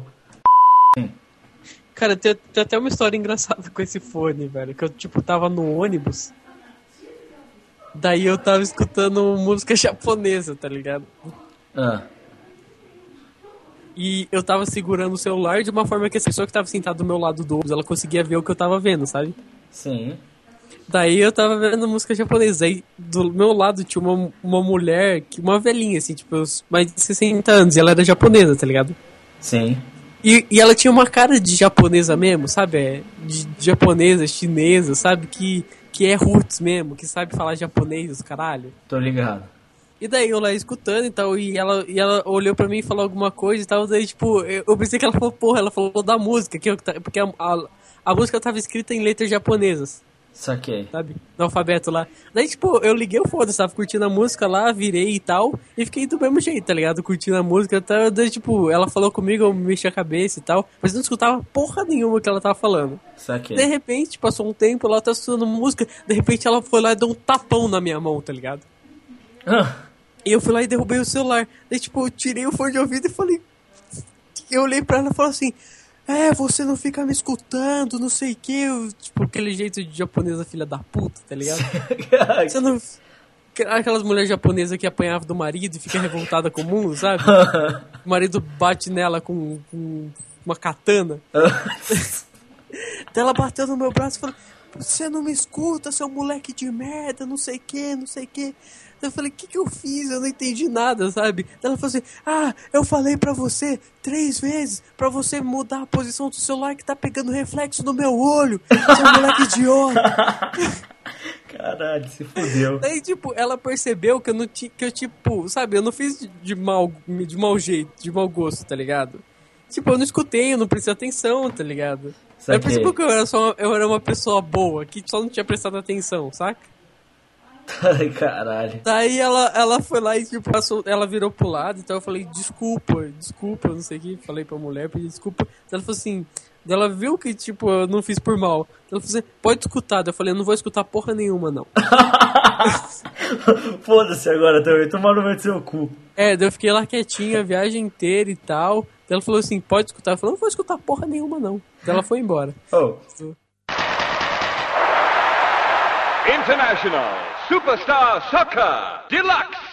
Cara, tem até uma história engraçada com esse fone, velho. Que eu, tipo, tava no ônibus. Daí eu tava escutando música japonesa, tá ligado? Ah. E eu tava segurando o celular de uma forma que a pessoa que tava sentada do meu lado do ônibus, ela conseguia ver o que eu tava vendo, sabe? Sim. Daí eu tava vendo música japonesa. Aí do meu lado tinha uma mulher, uma velhinha, assim, tipo, mais de 60 anos. E ela era japonesa, tá ligado? Sim. E ela tinha uma cara de japonesa mesmo, sabe? De japonesa, chinesa, sabe? Que é roots mesmo, que sabe falar japonês, os caralho. Tô ligado. E daí eu lá escutando e tal, e ela olhou pra mim e falou alguma coisa e tal, daí tipo, eu pensei que ela falou, porra, ela falou da música, porque a música tava escrita em letras japonesas, Saquei. sabe? No alfabeto lá. Daí tipo, eu liguei o foda-se, tava curtindo a música lá, virei e tal, e fiquei do mesmo jeito, tá ligado? Curtindo a música e tal, daí tipo, ela falou comigo, eu mexi a cabeça e tal, mas eu não escutava porra nenhuma que ela tava falando. Saquei. De repente, passou um tempo, ela tá escutando música, de repente ela foi lá e deu um tapão na minha mão, tá ligado? E eu fui lá e derrubei o celular. Daí, tipo, eu tirei o fone de ouvido e falei... Eu olhei pra ela e falei assim... você não fica me escutando, não sei o que. Tipo, aquele jeito de japonesa filha da puta, tá ligado? Você não... Aquelas mulheres japonesas que apanhavam do marido e fica revoltada com o mundo, sabe? O marido bate nela com uma katana. Daí ela bateu no meu braço e falou... Você não me escuta, seu moleque de merda, não sei o que, não sei o que. Eu falei, o que eu fiz? Eu não entendi nada, sabe? Ela falou assim, eu falei pra você 3 vezes pra você mudar a posição do celular que tá pegando reflexo no meu olho, seu moleque idiota. Caralho, se fudeu. Daí, tipo, ela percebeu que eu não tinha, que eu, tipo, sabe, eu não fiz de mau jeito, de mau gosto, tá ligado? Tipo, eu não escutei, eu não prestei atenção, tá ligado? Eu percebi que eu era uma pessoa boa, que só não tinha prestado atenção, saca? Ai, caralho. Daí ela foi lá e tipo, ela virou pro lado, então eu falei, desculpa, não sei o que. Falei pra mulher, pedi desculpa. Ela falou assim, ela viu que tipo, eu não fiz por mal. Ela falou assim, pode escutar. Daí eu falei, eu não vou escutar porra nenhuma, não. Foda-se agora também, tomar no meio do seu cu. Daí eu fiquei lá quietinha a viagem inteira e tal. Daí ela falou assim, pode escutar. Eu falei, não vou escutar porra nenhuma, não. Daí ela foi embora. International Superstar Soccer Deluxe.